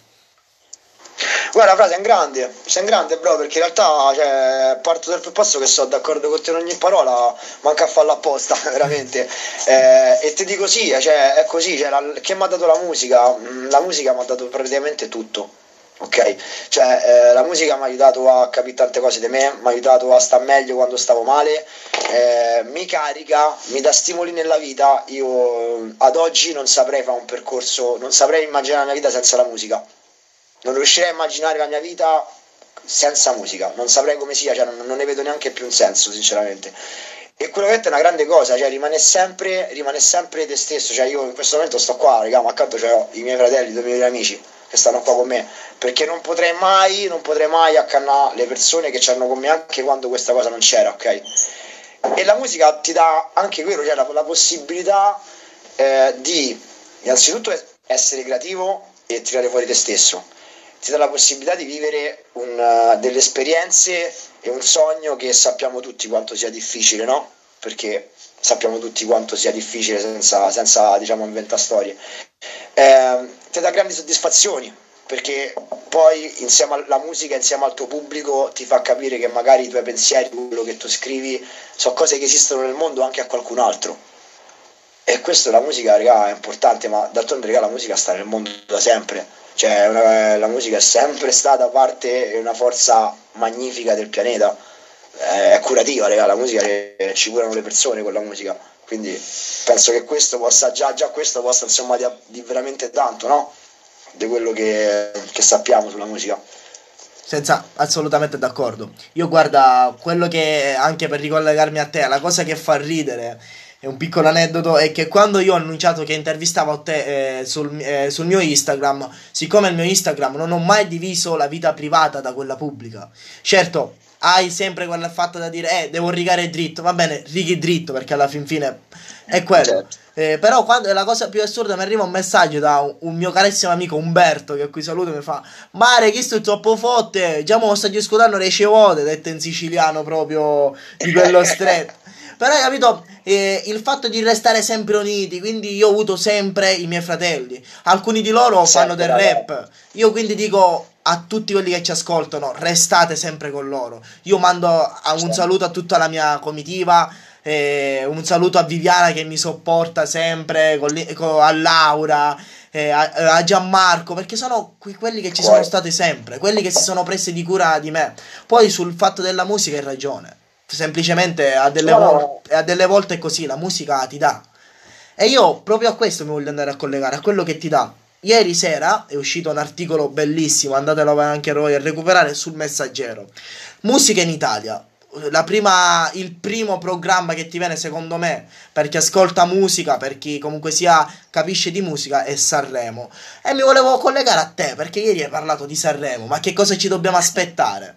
Guarda, frate, sei un grande, sei un grande, bro, perché in realtà, cioè, parto dal presupposto che sono d'accordo con te in ogni parola, manca a farlo apposta, veramente. Eh, e ti dico sì, cioè, è così, cioè, la, che mi ha dato la musica? La musica mi ha dato praticamente tutto. Ok, cioè eh, la musica mi ha aiutato a capire tante cose di me, mi ha aiutato a stare meglio quando stavo male, eh, mi carica, mi dà stimoli nella vita. Io ad oggi non saprei fare un percorso, non saprei immaginare la mia vita senza la musica. Non riuscirei a immaginare la mia vita senza musica, non saprei come sia, cioè non, non ne vedo neanche più un senso, sinceramente. E quello che è una grande cosa, cioè rimane sempre, rimane sempre te stesso, cioè io in questo momento sto qua, raga, ma accanto c'ho i miei fratelli, i due miei amici che stanno qua con me, perché non potrei mai, non potrei mai accannare le persone che c'erano con me anche quando questa cosa non c'era, ok? E la musica ti dà anche quello, cioè la, la possibilità eh, di innanzitutto essere creativo e tirare fuori te stesso, ti dà la possibilità di vivere un, uh, delle esperienze e un sogno che sappiamo tutti quanto sia difficile, no? Perché sappiamo tutti quanto sia difficile senza, senza diciamo, inventare storie. Eh, ti dà grandi soddisfazioni, perché poi insieme alla musica, insieme al tuo pubblico, ti fa capire che magari i tuoi pensieri, quello che tu scrivi, sono cose che esistono nel mondo anche a qualcun altro. E questo la musica, raga, è importante, ma d'altronde, raga, la musica sta nel mondo da sempre. Cioè, una, la musica è sempre stata parte e una forza magnifica del pianeta. È curativa, raga, la musica, ci curano le persone con la musica. Quindi penso che questo possa, già, già questo possa, insomma, di, di veramente tanto, no? Di quello che, che sappiamo sulla musica. Senza, assolutamente d'accordo. Io guarda, quello che, anche per ricollegarmi a te, la cosa che fa ridere, è un piccolo aneddoto, è che quando io ho annunciato che intervistavo te eh, sul, eh, sul mio Instagram, siccome il mio Instagram non ho mai diviso la vita privata da quella pubblica. Certo, hai sempre quel fatto da dire, eh, devo rigare dritto, va bene, righi dritto, perché alla fin fine è quello. Certo. Eh, però quando la cosa più assurda, mi arriva un messaggio da un, un mio carissimo amico Umberto, che qui saluto, mi fa: Mare, chi sto troppo fotte, già mo sto discutendo le cevote, detto in siciliano proprio di quello stretto. Però hai capito, eh, il fatto di restare sempre uniti, quindi io ho avuto sempre i miei fratelli, alcuni di loro fanno del rap, io quindi dico a tutti quelli che ci ascoltano, restate sempre con loro. Io mando a un saluto a tutta la mia comitiva, eh, un saluto a Viviana che mi sopporta sempre, con, con, a Laura, eh, a, a Gianmarco, perché sono que- quelli che ci sono stati sempre, quelli che si sono presi di cura di me. Poi sul fatto della musica hai ragione, semplicemente a delle, vol- a delle volte è così, la musica ti dà. E io proprio a questo mi voglio andare a collegare, a quello che ti dà. Ieri sera è uscito un articolo bellissimo, andatelo anche voi a recuperare, sul Messaggero. Musica in Italia. La prima, il primo programma che ti viene, secondo me, per chi ascolta musica, per chi comunque sia capisce di musica, è Sanremo. E mi volevo collegare a te, perché ieri hai parlato di Sanremo, ma che cosa ci dobbiamo aspettare?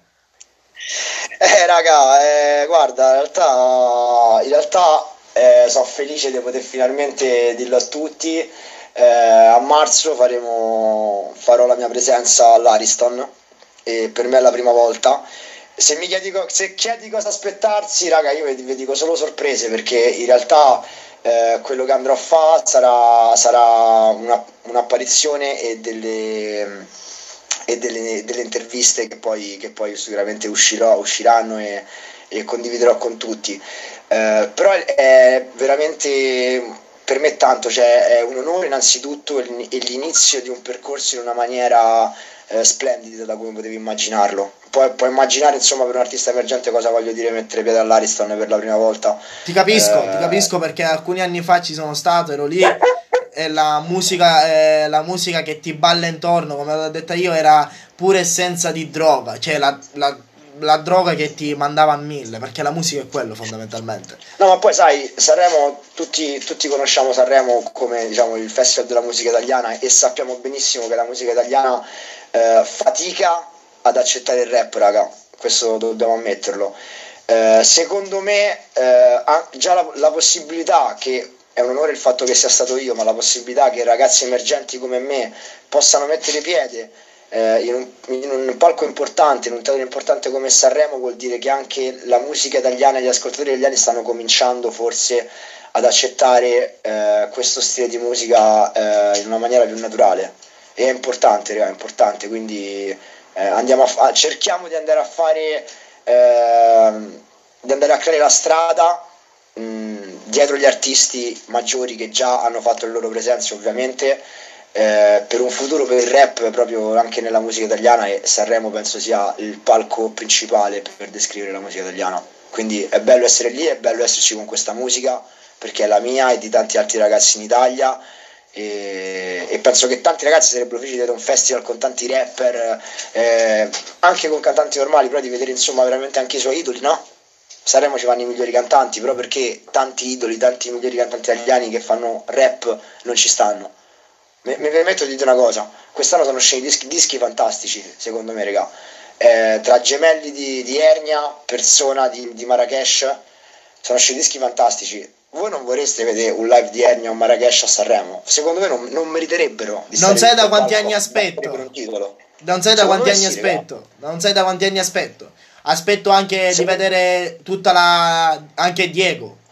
Eh raga, eh, guarda, in realtà, in realtà eh, sono felice di poter finalmente dirlo a tutti. Eh, a marzo faremo, farò la mia presenza all'Ariston e per me è la prima volta. Se mi chiedi, co- se chiedi cosa aspettarsi, raga, io vi, vi dico solo sorprese, perché in realtà eh, quello che andrò a fare sarà, sarà una- un'apparizione e delle, e delle, delle interviste che poi, che poi sicuramente uscirò, usciranno e, e condividerò con tutti. Eh, però è, è veramente per me tanto, cioè è un onore innanzitutto e l'in- e l'inizio di un percorso in una maniera eh, splendida da come potevi immaginarlo. Puoi, puoi immaginare, insomma, per un artista emergente cosa voglio dire mettere piede all'Ariston per la prima volta. Ti capisco, ti Eh, capisco perché alcuni anni fa ci sono stato, ero lì e la musica, eh, la musica che ti balla intorno, come l'ho detta io, era pura essenza di droga, cioè la, la, la droga che ti mandava a mille, perché la musica è quello fondamentalmente. No, ma poi sai, Sanremo, tutti, tutti conosciamo Sanremo come, diciamo, il festival della musica italiana e sappiamo benissimo che la musica italiana eh, fatica ad accettare il rap, raga, questo dobbiamo ammetterlo. Eh, secondo me eh, ha già la, la possibilità, che è un onore il fatto che sia stato io, ma la possibilità che ragazzi emergenti come me possano mettere piede eh, in, un, in un palco importante, in un teatro importante come Sanremo, vuol dire che anche la musica italiana e gli ascoltatori italiani stanno cominciando forse ad accettare eh, questo stile di musica eh, in una maniera più naturale. E è importante, raga, è importante, quindi eh, andiamo a fa- cerchiamo di andare a fare ehm, di andare a creare la strada mh, dietro gli artisti maggiori che già hanno fatto le loro presenze, ovviamente, eh, per un futuro per il rap proprio anche nella musica italiana, e Sanremo penso sia il palco principale per descrivere la musica italiana. Quindi è bello essere lì, è bello esserci con questa musica perché è la mia e di tanti altri ragazzi in Italia. E, e penso che tanti ragazzi sarebbero felici di vedere un festival con tanti rapper, eh, anche con cantanti normali, però di vedere insomma veramente anche i suoi idoli, no? Sanremo ci vanno i migliori cantanti, però perché tanti idoli, tanti migliori cantanti italiani che fanno rap non ci stanno. Mi, mi permetto di dire una cosa: quest'anno sono usciti dischi, dischi fantastici, secondo me, raga. Eh, tra Gemelli di, di Ernia, Persona di, di Marrakesh, sono usciti dischi fantastici. Voi non vorreste vedere un live di Ernia o Marrakesh a Sanremo? Secondo me non, non meriterebbero di Non stare sai da sul quanti palco anni a battere per aspetto. un titolo. Non sai da Secondo quanti me anni sì, raga. aspetto. Non sai da quanti anni aspetto. Aspetto anche di Secondo... vedere tutta la... anche Diego.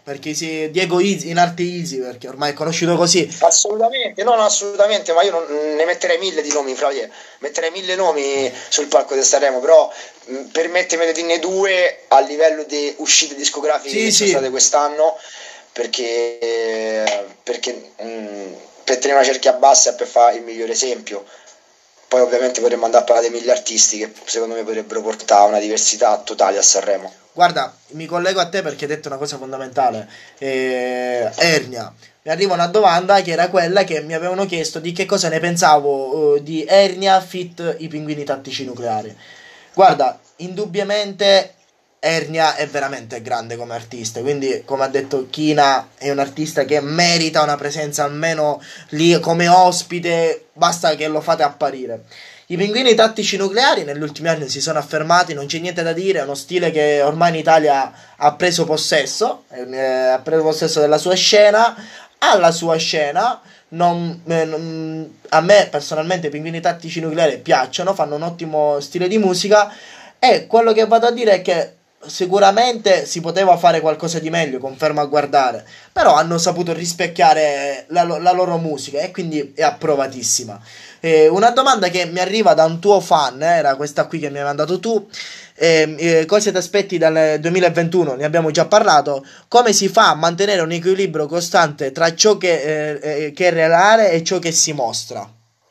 perché si, Diego Easy, in arte Easy, perché ormai è conosciuto così. Assolutamente, no, no, assolutamente, ma io non, ne metterei mille di nomi, fra metterei mille nomi sul palco di Sanremo, però mh, permettetemi di dirne due a livello di uscite discografiche Sì, che sì. sono state quest'anno, perché, perché mh, per tenere una cerchia bassa e per fare il migliore esempio. Poi ovviamente potremmo andare a parlare dei mille artisti che secondo me potrebbero portare una diversità totale a Sanremo. Guarda, mi collego a te perché hai detto una cosa fondamentale. Eh, Ernia. Mi arriva una domanda che era quella che mi avevano chiesto di che cosa ne pensavo eh, di Ernia fit i pinguini tattici nucleari. Guarda, indubbiamente Ernia è veramente grande come artista, quindi come ha detto Kina è un artista che merita una presenza almeno lì come ospite, basta che lo fate apparire. I pinguini tattici nucleari negli ultimi anni si sono affermati, non c'è niente da dire, è uno stile che ormai in Italia ha preso possesso, eh, ha preso possesso della sua scena, ha la sua scena, non, eh, non, a me personalmente i pinguini tattici nucleari piacciono, fanno un ottimo stile di musica e quello che vado a dire è che sicuramente si poteva fare qualcosa di meglio, confermo a guardare, però hanno saputo rispecchiare la, la loro musica e quindi è approvatissima. Eh, una domanda che mi arriva da un tuo fan, eh, era questa qui che mi hai mandato tu. Eh, eh, cosa ti aspetti dal duemilaventuno? Ne abbiamo già parlato. Come si fa a mantenere un equilibrio costante tra ciò che, eh, eh, che è reale e ciò che si mostra?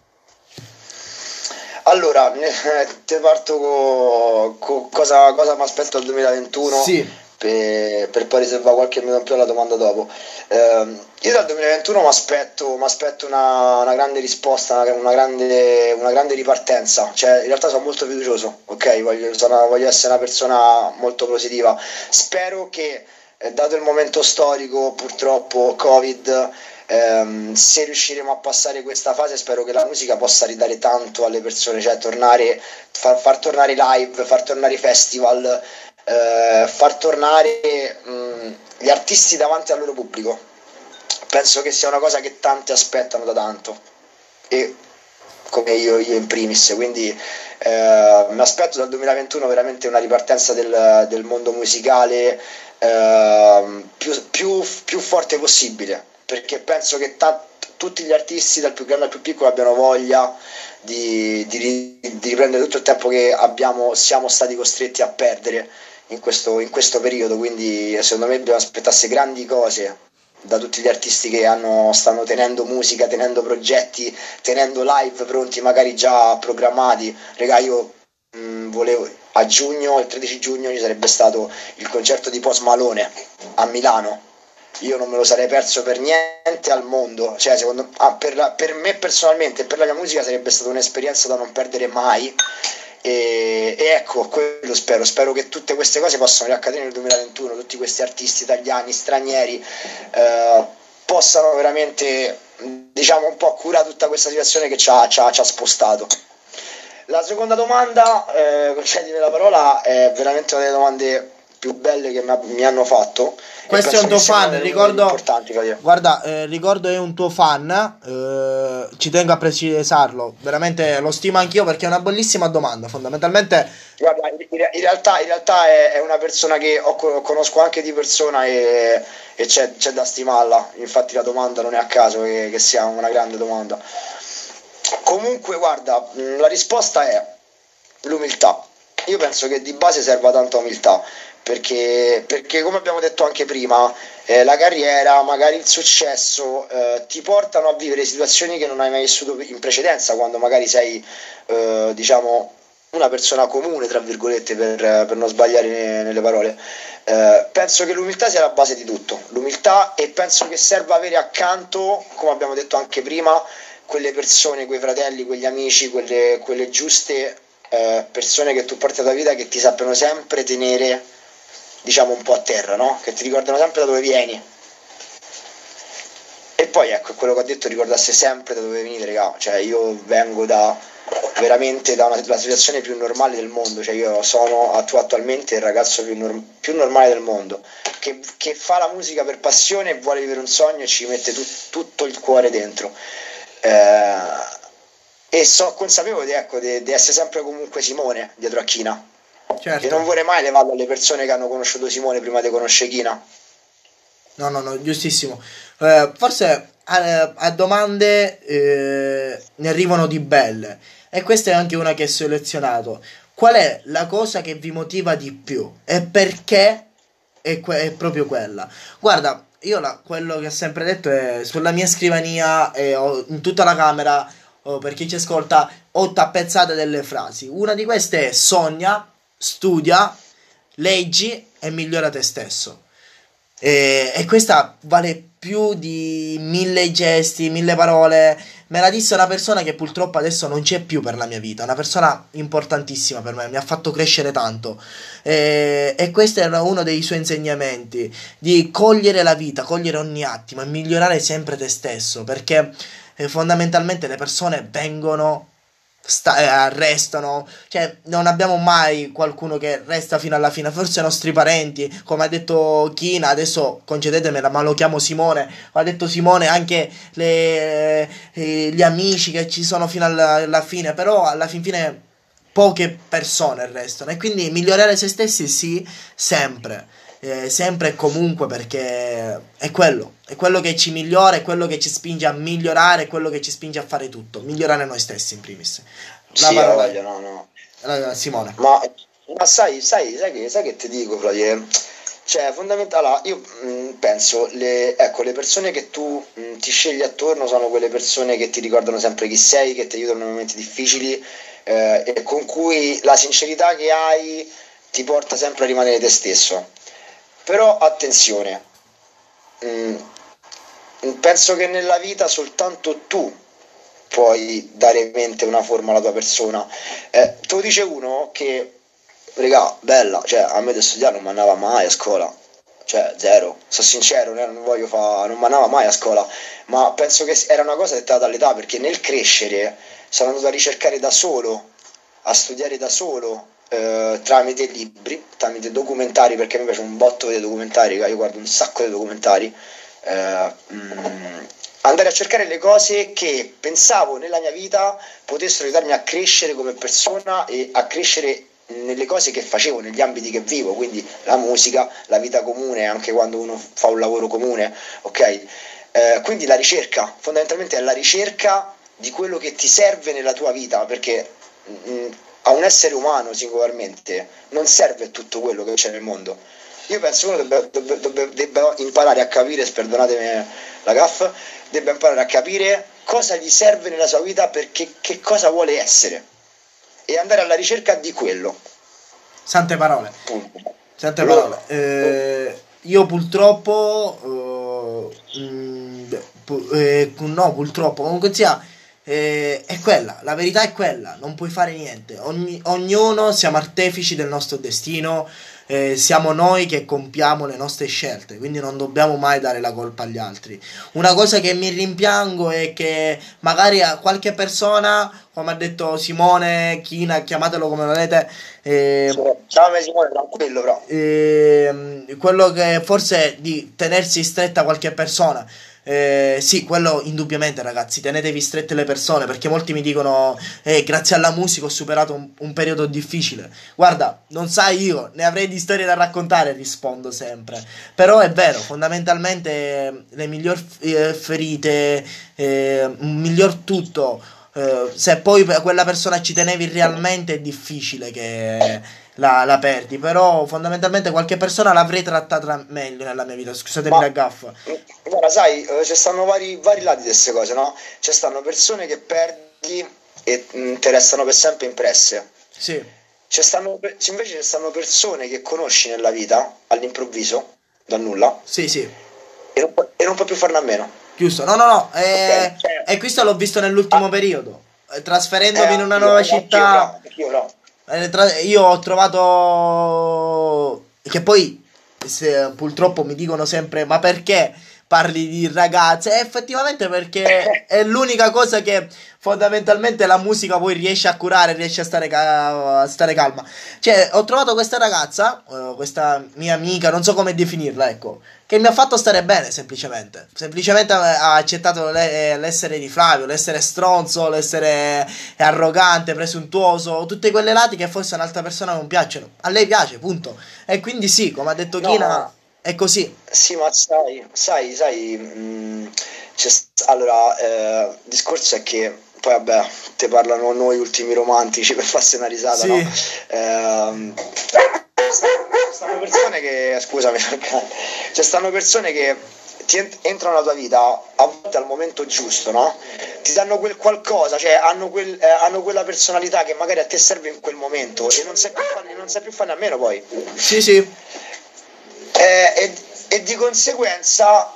Allora, eh, te parto con co cosa, cosa mi aspetto dal duemilaventuno Sì. per, per poi riservare qualche minuto in più alla domanda dopo. Eh, io dal duemilaventuno mi aspetto, una, una grande risposta, una, una, grande, una grande ripartenza, cioè in realtà sono molto fiducioso, ok? Voglio, sono, voglio essere una persona molto positiva. Spero che, eh, dato il momento storico, purtroppo Covid, ehm, se riusciremo a passare questa fase, spero che la musica possa ridare tanto alle persone, cioè tornare, far, far tornare i live, far tornare i festival, eh, far tornare mh, gli artisti davanti al loro pubblico. Penso che sia una cosa che tanti aspettano da tanto, e come io, io in primis, quindi eh, mi aspetto dal duemilaventuno veramente una ripartenza del, del mondo musicale eh, più, più, più forte possibile, perché penso che ta- tutti gli artisti dal più grande al più piccolo abbiano voglia di, di, di riprendere tutto il tempo che abbiamo, siamo stati costretti a perdere in questo, in questo periodo, quindi secondo me dobbiamo aspettarsi grandi cose da tutti gli artisti che hanno, stanno tenendo musica, tenendo progetti, tenendo live pronti, magari già programmati. Regà, io mh, volevo a giugno, il tredici giugno ci sarebbe stato il concerto di Post Malone a Milano. Io non me lo sarei perso per niente al mondo, cioè secondo ah, per, la, per me personalmente e per la mia musica sarebbe stata un'esperienza da non perdere mai. E, e ecco, quello spero, spero che tutte queste cose possano riaccadere nel duemilaventuno, tutti questi artisti italiani, stranieri eh, possano veramente, diciamo, un po' curare tutta questa situazione che ci ha, ci ha, ci ha spostato. La seconda domanda, eh, concedimi la parola, è veramente una delle domande più belle che mi hanno fatto. Questo è un tuo fan, ricordo, guarda, eh, ricordo è un tuo fan, eh, ci tengo a precisarlo, veramente lo stimo anch'io perché è una bellissima domanda, fondamentalmente. Guarda, in, in realtà, in realtà è, è una persona che ho, conosco anche di persona e, e c'è, c'è da stimarla, infatti la domanda non è a caso che, che sia una grande domanda. Comunque guarda, la risposta è l'umiltà. Io penso che di base serva tanta umiltà, perché, perché come abbiamo detto anche prima, eh, la carriera, magari il successo eh, ti portano a vivere situazioni che non hai mai vissuto in precedenza, quando magari sei eh, diciamo una persona comune, tra virgolette, per, per non sbagliare nelle parole. Eh, penso che l'umiltà sia la base di tutto, l'umiltà, e penso che serva avere accanto, come abbiamo detto anche prima, quelle persone, quei fratelli, quegli amici, quelle, quelle giuste eh, persone che tu porti alla tua vita, che ti sappiano sempre tenere, diciamo, un po' a terra, no? Che ti ricordano sempre da dove vieni. E poi ecco, quello che ho detto, ricordasse sempre da dove venite, raga. Cioè io vengo da veramente da una, la situazione più normale del mondo, cioè io sono attualmente il ragazzo più, norm- più normale del mondo, che, che fa la musica per passione e vuole vivere un sogno e ci mette tu, tutto il cuore dentro. Eh, e sono consapevole di, ecco, di, di essere sempre comunque Simone dietro a Kina. Certo. E non vorrei mai levarlo alle persone che hanno conosciuto Simone prima di conoscere Kina. No, no, no, giustissimo. Eh, forse a, a domande eh, ne arrivano di belle. E questa è anche una che ho selezionato. Qual è la cosa che vi motiva di più? E perché è, que- è proprio quella? Guarda, io la- quello che ho sempre detto è sulla mia scrivania e ho- in tutta la camera, o per chi ci ascolta, ho tappezzate delle frasi. Una di queste è: sogna, studia, leggi e migliora te stesso. E, e questa vale più di mille gesti, mille parole. Me la disse una persona che purtroppo adesso non c'è più per la mia vita, una persona importantissima per me, mi ha fatto crescere tanto. E, e questo era uno dei suoi insegnamenti, di cogliere la vita, cogliere ogni attimo e migliorare sempre te stesso, perché eh, fondamentalmente le persone vengono, sta- eh, arrestano, cioè non abbiamo mai qualcuno che resta fino alla fine, forse i nostri parenti, come ha detto Kina, adesso concedetemela ma lo chiamo Simone, ha detto Simone, anche le, eh, gli amici che ci sono fino alla, alla fine, però alla fin fine poche persone restano e quindi migliorare se stessi sì, sempre, eh, sempre e comunque, perché è quello, è quello che ci migliora, è quello che ci spinge a migliorare, è quello che ci spinge a fare tutto, migliorare noi stessi in primis. La Sì, ha parola è voglia, no, no. a Simone. Ma, ma sai, sai, sai che, sai che ti dico, Flavio? Cioè, fondamentale, io mh, penso, le, ecco, le persone che tu mh, ti scegli attorno sono quelle persone che ti ricordano sempre chi sei, che ti aiutano nei momenti difficili eh, e con cui la sincerità che hai ti porta sempre a rimanere te stesso. Però attenzione, mh, penso che nella vita soltanto tu puoi dare in mente una forma alla tua persona. Eh, te lo dice uno che, regà, bella, cioè a me da studiare non mi andava mai a scuola, cioè zero, sono sincero, eh, non voglio fa, non mi andava mai a scuola, ma penso che era una cosa dettata dall'età, perché nel crescere sono andato a ricercare da solo, a studiare da solo, eh, tramite libri, tramite documentari, perché mi piace un botto di documentari, io guardo un sacco di documentari, eh, mm, andare a cercare le cose che pensavo nella mia vita potessero aiutarmi a crescere come persona e a crescere nelle cose che facevo, negli ambiti che vivo, quindi la musica, la vita comune, anche quando uno fa un lavoro comune, ok? Eh, quindi la ricerca, fondamentalmente è la ricerca di quello che ti serve nella tua vita, perché mh, a un essere umano singolarmente non serve tutto quello che c'è nel mondo. Io penso che uno debba, debba, debba, debba imparare a capire, perdonatemi la gaffa, debba imparare a capire cosa gli serve nella sua vita, perché che cosa vuole essere e andare alla ricerca di quello. Sante parole. Punto. Sante parole. Eh, io purtroppo, eh, mh, pu- eh, no, purtroppo, comunque sia, eh, è quella, la verità è quella, non puoi fare niente. Ogni- ognuno siamo artefici del nostro destino, eh, siamo noi che compiamo le nostre scelte, quindi non dobbiamo mai dare la colpa agli altri. Una cosa che mi rimpiango è che magari a qualche persona, come ha detto Simone, China, chiamatelo come volete, eh, Ciao Simone, tranquillo però. ehm, quello che forse di tenersi stretta qualche persona. Eh, sì, quello indubbiamente, ragazzi, tenetevi strette le persone, perché molti mi dicono eh, grazie alla musica ho superato un, un periodo difficile. Guarda, non sai, io ne avrei di storie da raccontare, rispondo sempre. Però è vero, fondamentalmente eh, le miglior eh, ferite, eh, un miglior tutto, eh, se poi per quella persona ci tenevi realmente, è difficile che la, la perdi. Però fondamentalmente qualche persona l'avrei trattata meglio nella mia vita, scusatemi Ma la gaffa. guarda, sai, eh, ci stanno vari, vari lati di queste cose, no? Ci stanno persone che perdi e mh, ti restano per sempre impresse. Sì, Ci stanno, pe- invece ci stanno persone che conosci nella vita all'improvviso, dal nulla, sì, sì, e non, pu- e non puoi più farne a meno. giusto. No, no, no, Ok? eh, Cioè, e questo l'ho visto nell'ultimo ah, periodo. Eh, eh, trasferendomi in una anch'io, nuova anch'io, città, però, anch'io, però. eh, tra- io ho trovato che poi se- purtroppo mi dicono sempre: ma perché parli di ragazze? E effettivamente perché è l'unica cosa che fondamentalmente la musica poi riesce a curare, riesce a stare, ca- a stare calma. Cioè, ho trovato questa ragazza, eh, questa mia amica, non so come definirla, ecco, che mi ha fatto stare bene, semplicemente. Semplicemente ha accettato le- l'essere di Flavio, l'essere stronzo, l'essere arrogante, presuntuoso, tutte quelle lati che forse a un'altra persona non piacciono. A lei piace, punto. E quindi sì, come ha detto No, Kina. È così. Sì, ma sai, sai, sai, mh, c'è st- allora, eh, il discorso è che poi vabbè, te parlano noi ultimi romantici per farsi una risata, no? Sì. Ehm, ci stanno persone che, scusami, ci stanno persone che ti ent- entrano nella tua vita a volte al momento giusto, no? Ti danno quel qualcosa, cioè hanno, quel, eh, hanno quella personalità che magari a te serve in quel momento e non sai più farne, non sai più farne a meno poi. Sì, sì. Eh, e, e di conseguenza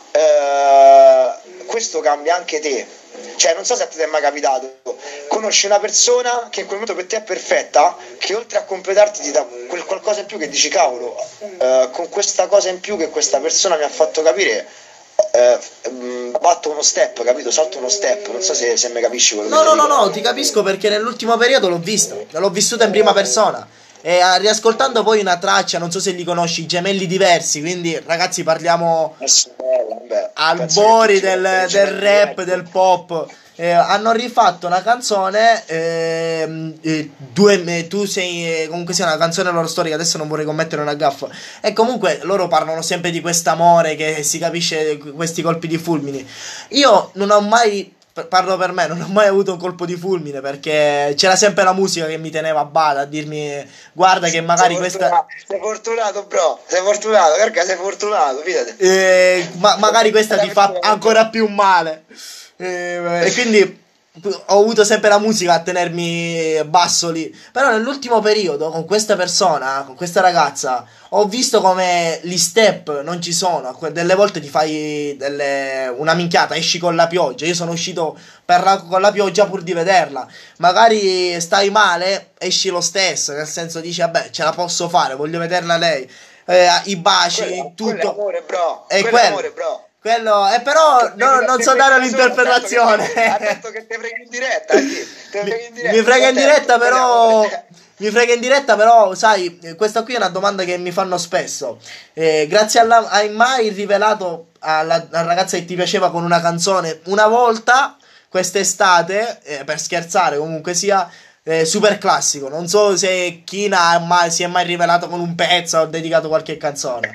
eh, questo cambia anche te. Cioè, non so se a te ti è mai capitato, conosci una persona che in quel momento per te è perfetta, che oltre a completarti ti dà quel qualcosa in più che dici, cavolo, eh, con questa cosa in più che questa persona mi ha fatto capire, eh, mh, batto uno step, capito? Salto uno step, non so se, se mi capisci quello No, che no, ti no, dico. no, ti capisco perché nell'ultimo periodo l'ho visto, l'ho vissuta in prima persona. E ah, riascoltando poi una traccia, non so se li conosci, i Gemelli Diversi, quindi ragazzi parliamo Eh sì, bella, vabbè, penso che albori tutti conoscono del, i del Gemelli rap, Diversi. del pop. Eh, hanno rifatto una canzone. ehm, eh, due, eh, tu sei. eh, Comunque sia una canzone loro storica. Adesso non vorrei commettere una gaffa. E comunque loro parlano sempre di quest'amore che si capisce, questi colpi di fulmini. Io non ho mai. Parlo per me, non ho mai avuto un colpo di fulmine perché c'era sempre la musica che mi teneva a bada a dirmi guarda che magari Sei questa. fortunato, sei fortunato, bro. Sei fortunato, perché sei fortunato, fidati. eh, ma- magari questa ti fa Veramente. ancora più male. Eh, e quindi ho avuto sempre la musica a tenermi basso lì. Però nell'ultimo periodo, con questa persona, con questa ragazza, ho visto come gli step non ci sono. Que- Delle volte ti fai delle- una minchiata, esci con la pioggia. Io sono uscito per la- con la pioggia pur di vederla. Magari stai male, esci lo stesso. Nel senso dici, vabbè, ce la posso fare, voglio vederla lei. Eh, I baci, Quello, quello è tutto. amore, bro. È Quello è quello. amore, bro. Quello, eh, però no- non so dare un'interpretazione. Ha detto che te frega in diretta. Chi? Te mi, frega in diretta. mi frega in Attento, diretta, quello è però. amore. Mi frega in diretta, però, sai, eh, questa qui è una domanda che mi fanno spesso. Eh, grazie alla. Hai mai rivelato alla, alla ragazza che ti piaceva con una canzone una volta quest'estate, eh, per scherzare, comunque sia. eh, super classico. Non so se Kina ha mai- si è mai rivelato con un pezzo o dedicato qualche canzone.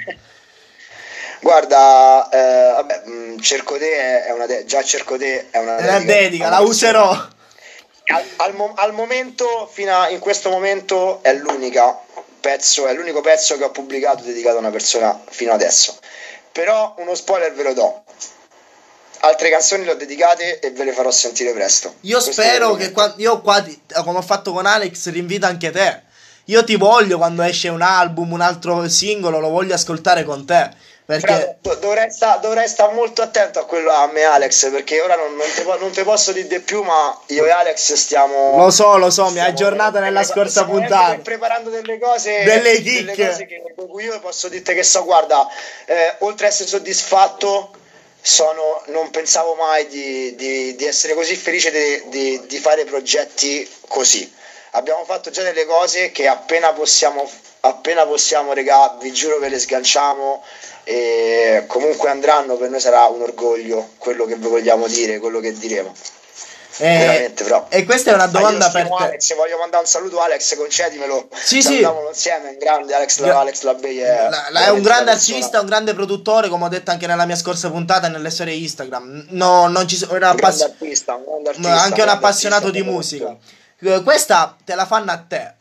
Guarda, eh, vabbè, mh, cerco te è una de- già cerco te è una È una dedica dedica, a la una persona. userò. Al, al mo- al momento, fino a in questo momento, è l'unica pezzo, è l'unico pezzo che ho pubblicato dedicato a una persona fino adesso. Però uno spoiler ve lo do. Altre canzoni le ho dedicate e ve le farò sentire presto. Io Questo spero ve lo che prometto. qua, io qua, ti- come ho fatto con Alex, rinvito anche te. Io ti voglio quando esce un album, un altro singolo, lo voglio ascoltare con te. Fra, Perché do- dovrei sta- dovrei stare molto attento a quello a me Alex, perché ora non, non te, po- non te posso dire di più, ma io e Alex stiamo lo so, lo so, mi hai stiamo aggiornato veramente nella prepa- scorsa stiamo veramente puntata. preparando delle cose, Delle delle chicche. cose che, con cui io posso dirti che so, guarda, eh, oltre ad essere soddisfatto, sono, non pensavo mai di, di- di essere così felice di, di- di fare progetti così. Abbiamo fatto già delle cose che appena possiamo, appena possiamo, regà, vi giuro che le sganciamo e comunque andranno, per noi sarà un orgoglio quello che vi vogliamo dire, quello che diremo. E, Veramente, però. e questa è una Ah, io domanda per stimo te. Alex, voglio mandare un saluto a Alex, concedimelo. Sì, sì. Salutiamolo insieme, è un grande Alex, Gra- Alex Labey è, La- la- è un veramente grande una persona- artista, un grande produttore, come ho detto anche nella mia scorsa puntata e nelle storie Instagram. No, non ci sono. Era un grande appass- artista, un grande artista, ma anche un grande appassionato artista, di un musica. grande Eh, Questa te la fanno a te.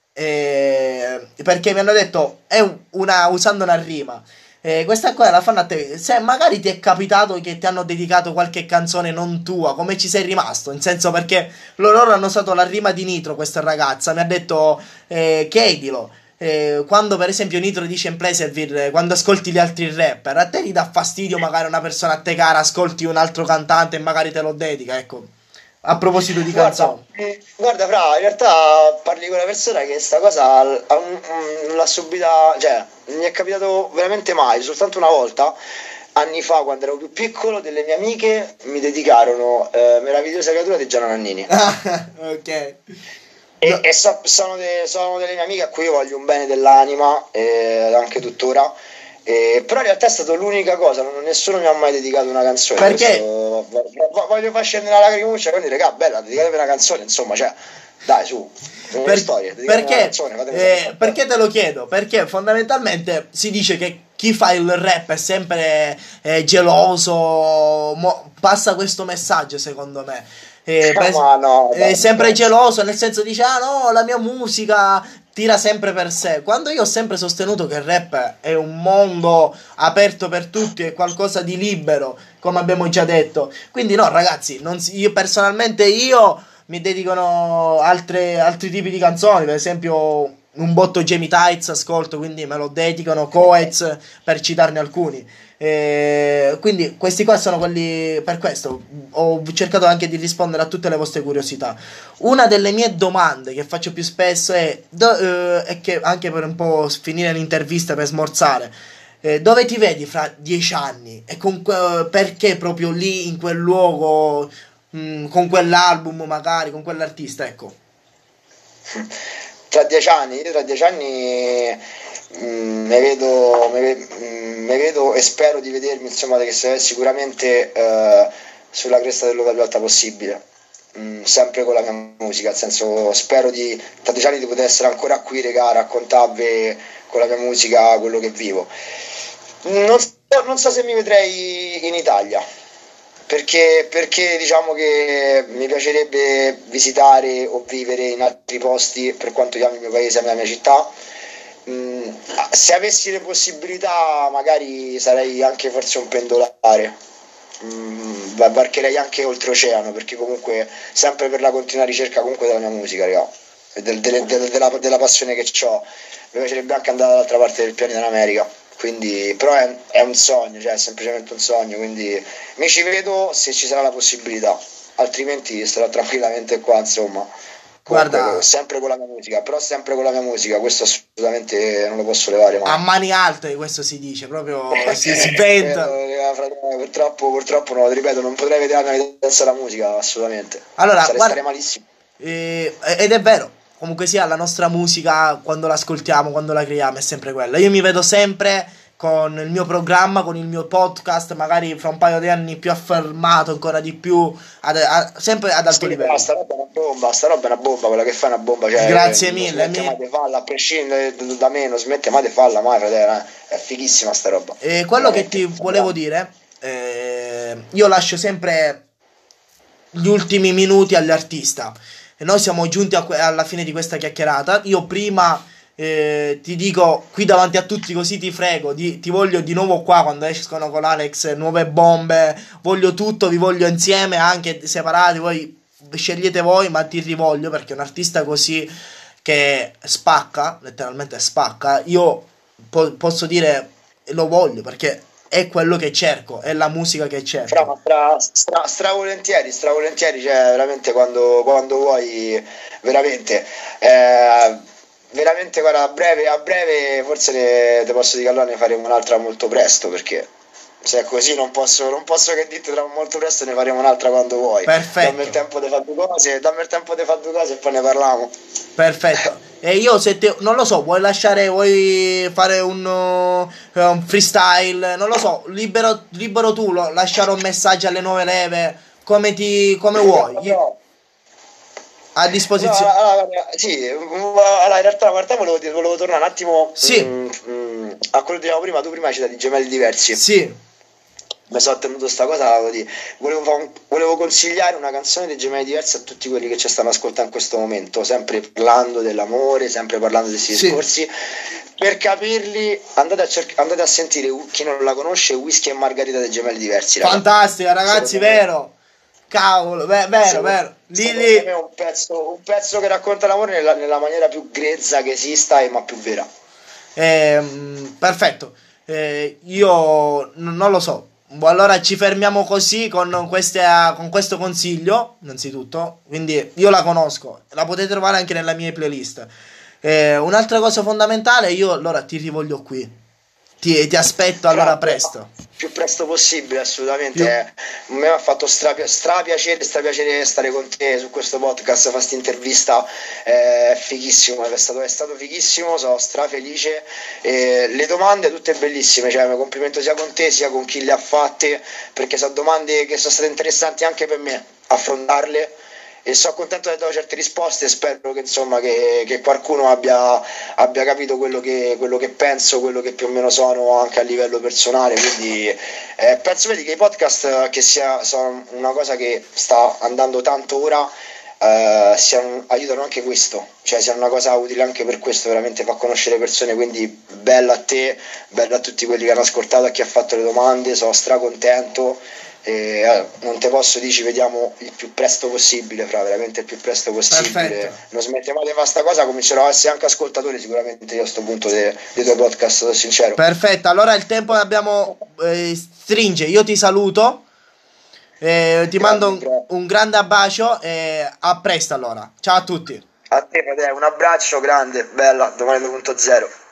Eh, perché mi hanno detto è un- una usando una rima. Eh, questa qua la fanno a te. Se magari ti è capitato che ti hanno dedicato qualche canzone non tua, come ci sei rimasto? In senso, perché loro hanno usato la rima di Nitro. Questa ragazza mi ha detto eh, chiedilo. Eh, quando per esempio Nitro dice in Pleaserville, quando ascolti gli altri rapper, a te ti dà fastidio magari una persona a te cara, ascolti un altro cantante e magari te lo dedica, ecco. A proposito di Guarda, canzoni. eh, guarda, Fra, in realtà parli con una persona che sta cosa l- ha un- un- non l'ha subita, cioè, non mi è capitato veramente mai, soltanto una volta, anni fa, quando ero più piccolo, delle mie amiche mi dedicarono eh, Meravigliosa creatura di Gianna Nannini. Ok. E, No. e so- sono, de- sono delle mie amiche a cui io voglio un bene dell'anima, eh, anche tuttora. Eh, però in realtà è stata l'unica cosa, non- nessuno mi ha mai dedicato una canzone. Perché? Questo- vo- vo- voglio far scendere la lacrimuccia, quindi raga, bella, dedicatevi una canzone, insomma, cioè, dai, su, sono le Per- storie, dedicatevi una perché, canzone, fatemi eh, sapere. perché te lo chiedo? Perché fondamentalmente si dice che chi fa il rap è sempre eh, geloso, mo- passa questo messaggio secondo me. Eh, No, per- ma no, è dai, sempre penso. geloso nel senso dice ah no la mia musica tira sempre per sé, quando io ho sempre sostenuto che il rap è un mondo aperto per tutti, è qualcosa di libero, come abbiamo già detto. Quindi no ragazzi, non si- io personalmente io mi dedicano altre, altri tipi di canzoni, per esempio un botto Jamie Tights ascolto, quindi me lo dedicano, Coez per citarne alcuni. Eh, quindi questi qua sono quelli, per questo ho cercato anche di rispondere a tutte le vostre curiosità. Una delle mie domande che faccio più spesso è, do- eh, è che anche per un po' finire l'intervista per smorzare, eh, dove ti vedi fra dieci anni e con que- perché proprio lì in quel luogo, mh, con quell'album magari, con quell'artista, ecco. Tra dieci anni, io tra dieci anni mm, mi vedo, mi ve- mm, mi vedo e spero di vedermi, insomma, che sarà sicuramente eh, sulla cresta dell'onda più alta possibile. Mm, sempre con la mia musica, nel senso spero di, tra dieci anni di poter essere ancora qui, regà, a raccontarvi con la mia musica quello che vivo. Non so, non so se mi vedrei in Italia, perché, perché diciamo che mi piacerebbe visitare o vivere in altri posti per quanto io ami il mio paese e la mia città. Mm, se avessi le possibilità magari sarei anche forse un pendolare. Mm, varcherei anche oltreoceano perché comunque sempre per la continua ricerca comunque della mia musica, raga, e del- del- del- della, della passione che ho. Mi piacerebbe anche andare dall'altra parte del pianeta, in America. Quindi, però è, è un sogno, cioè è semplicemente un sogno, quindi mi ci vedo se ci sarà la possibilità, altrimenti starò tranquillamente qua, insomma. Comunque, Guarda, sempre con la mia musica, però sempre con la mia musica, questo assolutamente non lo posso levare a mai. mani alte questo si dice, proprio si, si Eh, venta. eh, fratello, purtroppo, purtroppo no, ti ripeto, non potrei vedere la mia vita senza la musica, assolutamente. Allora, Sarei guarda, stare malissimo. eh, ed è vero, comunque sia, la nostra musica, quando l'ascoltiamo, quando la creiamo, è sempre quella. Io mi vedo sempre con il mio programma, con il mio podcast, magari fra un paio di anni più affermato ancora di più, ad- a- sempre ad alto Sì, no, livello. sta roba è una bomba, sta roba è una bomba, quella che fa è una bomba, cioè Grazie non mille. smette mai Mi- di farla, a prescindere da me, non smette mai di farla, mai, fratello, eh. È fighissima sta roba, E quello che ti veramente. volevo dire, eh, io lascio sempre gli ultimi minuti all'artista. E noi siamo giunti a que- alla fine di questa chiacchierata. Io prima eh, ti dico qui davanti a tutti, così ti frego, di- ti voglio di nuovo qua quando escono con Alex nuove bombe. Voglio tutto, vi voglio insieme, anche separati. Voi scegliete voi, ma ti rivoglio perché un artista così che spacca, letteralmente spacca. Io po- posso dire lo voglio perché è quello che cerco, è la musica che Fra, cerco. ma stra, stra, stravolentieri, stravolentieri, cioè veramente quando, quando vuoi, veramente, eh, veramente guarda, a breve, a breve forse ne, te posso dire che allora ne faremo un'altra molto presto, perché se è così non posso, non posso che dirti tra molto presto ne faremo un'altra quando vuoi. Dammi il Perfetto. tempo di fare due cose, dammi il tempo di fare due cose e poi ne parliamo. Perfetto. E io se te, non lo so, vuoi lasciare, vuoi fare un, uh, un freestyle, non lo so, libero, libero tu, lo- lasciare un messaggio alle nuove leve, come ti, come No, vuoi, Io- no. a No, disposizione. allora, guarda, sì, allora, in realtà, guarda, volevo, dire- volevo tornare un attimo Sì, mm, mm, a quello che dicevamo prima. Tu prima hai citato i gemelli diversi. sì, Mi sono tenuto sta cosa, la volevo dire. Volevo, fa un- volevo consigliare una canzone dei gemelli diversi a tutti quelli che ci stanno ascoltando in questo momento, sempre parlando dell'amore, sempre parlando di questi sì. discorsi. Per capirli, andate a, cerc- andate a sentire chi non la conosce, Whisky e Margarita dei gemelli diversi, raga. Fantastica, ragazzi, Secondo me, vero. Cavolo, ve- vero, secondo, vero. Lì, secondo me lì. è un pezzo, un pezzo che racconta l'amore nella, nella maniera più grezza che esista e ma più vera. Ehm, perfetto. Eh, io n- non lo so. Allora ci fermiamo così con, queste, con questo consiglio, innanzitutto. Quindi io la conosco, la potete trovare anche nella mia playlist. Eh, un'altra cosa fondamentale, io allora ti rivoglio qui. Ti, ti aspetto allora Fra, presto. più presto possibile, assolutamente. Più- eh. A me mi ha fatto strapi- strapiacere, strapiacere stare con te su questo podcast, fare questa intervista. eh, È fighissimo, è stato, è stato fighissimo, sono strafelice. Eh, le domande tutte bellissime, cioè mi complimento sia con te sia con chi le ha fatte, perché sono domande che sono state interessanti anche per me affrontarle. e sono contento che do certe risposte e spero che, insomma, che, che qualcuno abbia, abbia capito quello che, quello che penso, quello che più o meno sono anche a livello personale. Quindi eh, penso, vedi, che i podcast, che sia, sono una cosa che sta andando tanto ora, eh, siano, aiutano anche questo, cioè siano una cosa utile anche per questo, veramente fa conoscere persone. Quindi bella a te, bella a tutti quelli che hanno ascoltato, a chi ha fatto le domande, sono stracontento. E, eh, non te posso dire, ci vediamo il più presto possibile, fra veramente il più presto possibile. Perfetto. Non smettiamo di fare sta cosa, comincerò a essere anche ascoltatori sicuramente io a sto punto dei, dei tuoi podcast, sono sincero. Perfetto, allora il tempo abbiamo eh, stringe. Io ti saluto, eh, ti mando un, Grazie, un grande abbraccio e a presto allora. Ciao a tutti. a te, frate, un abbraccio grande, bella, domani due punto zero.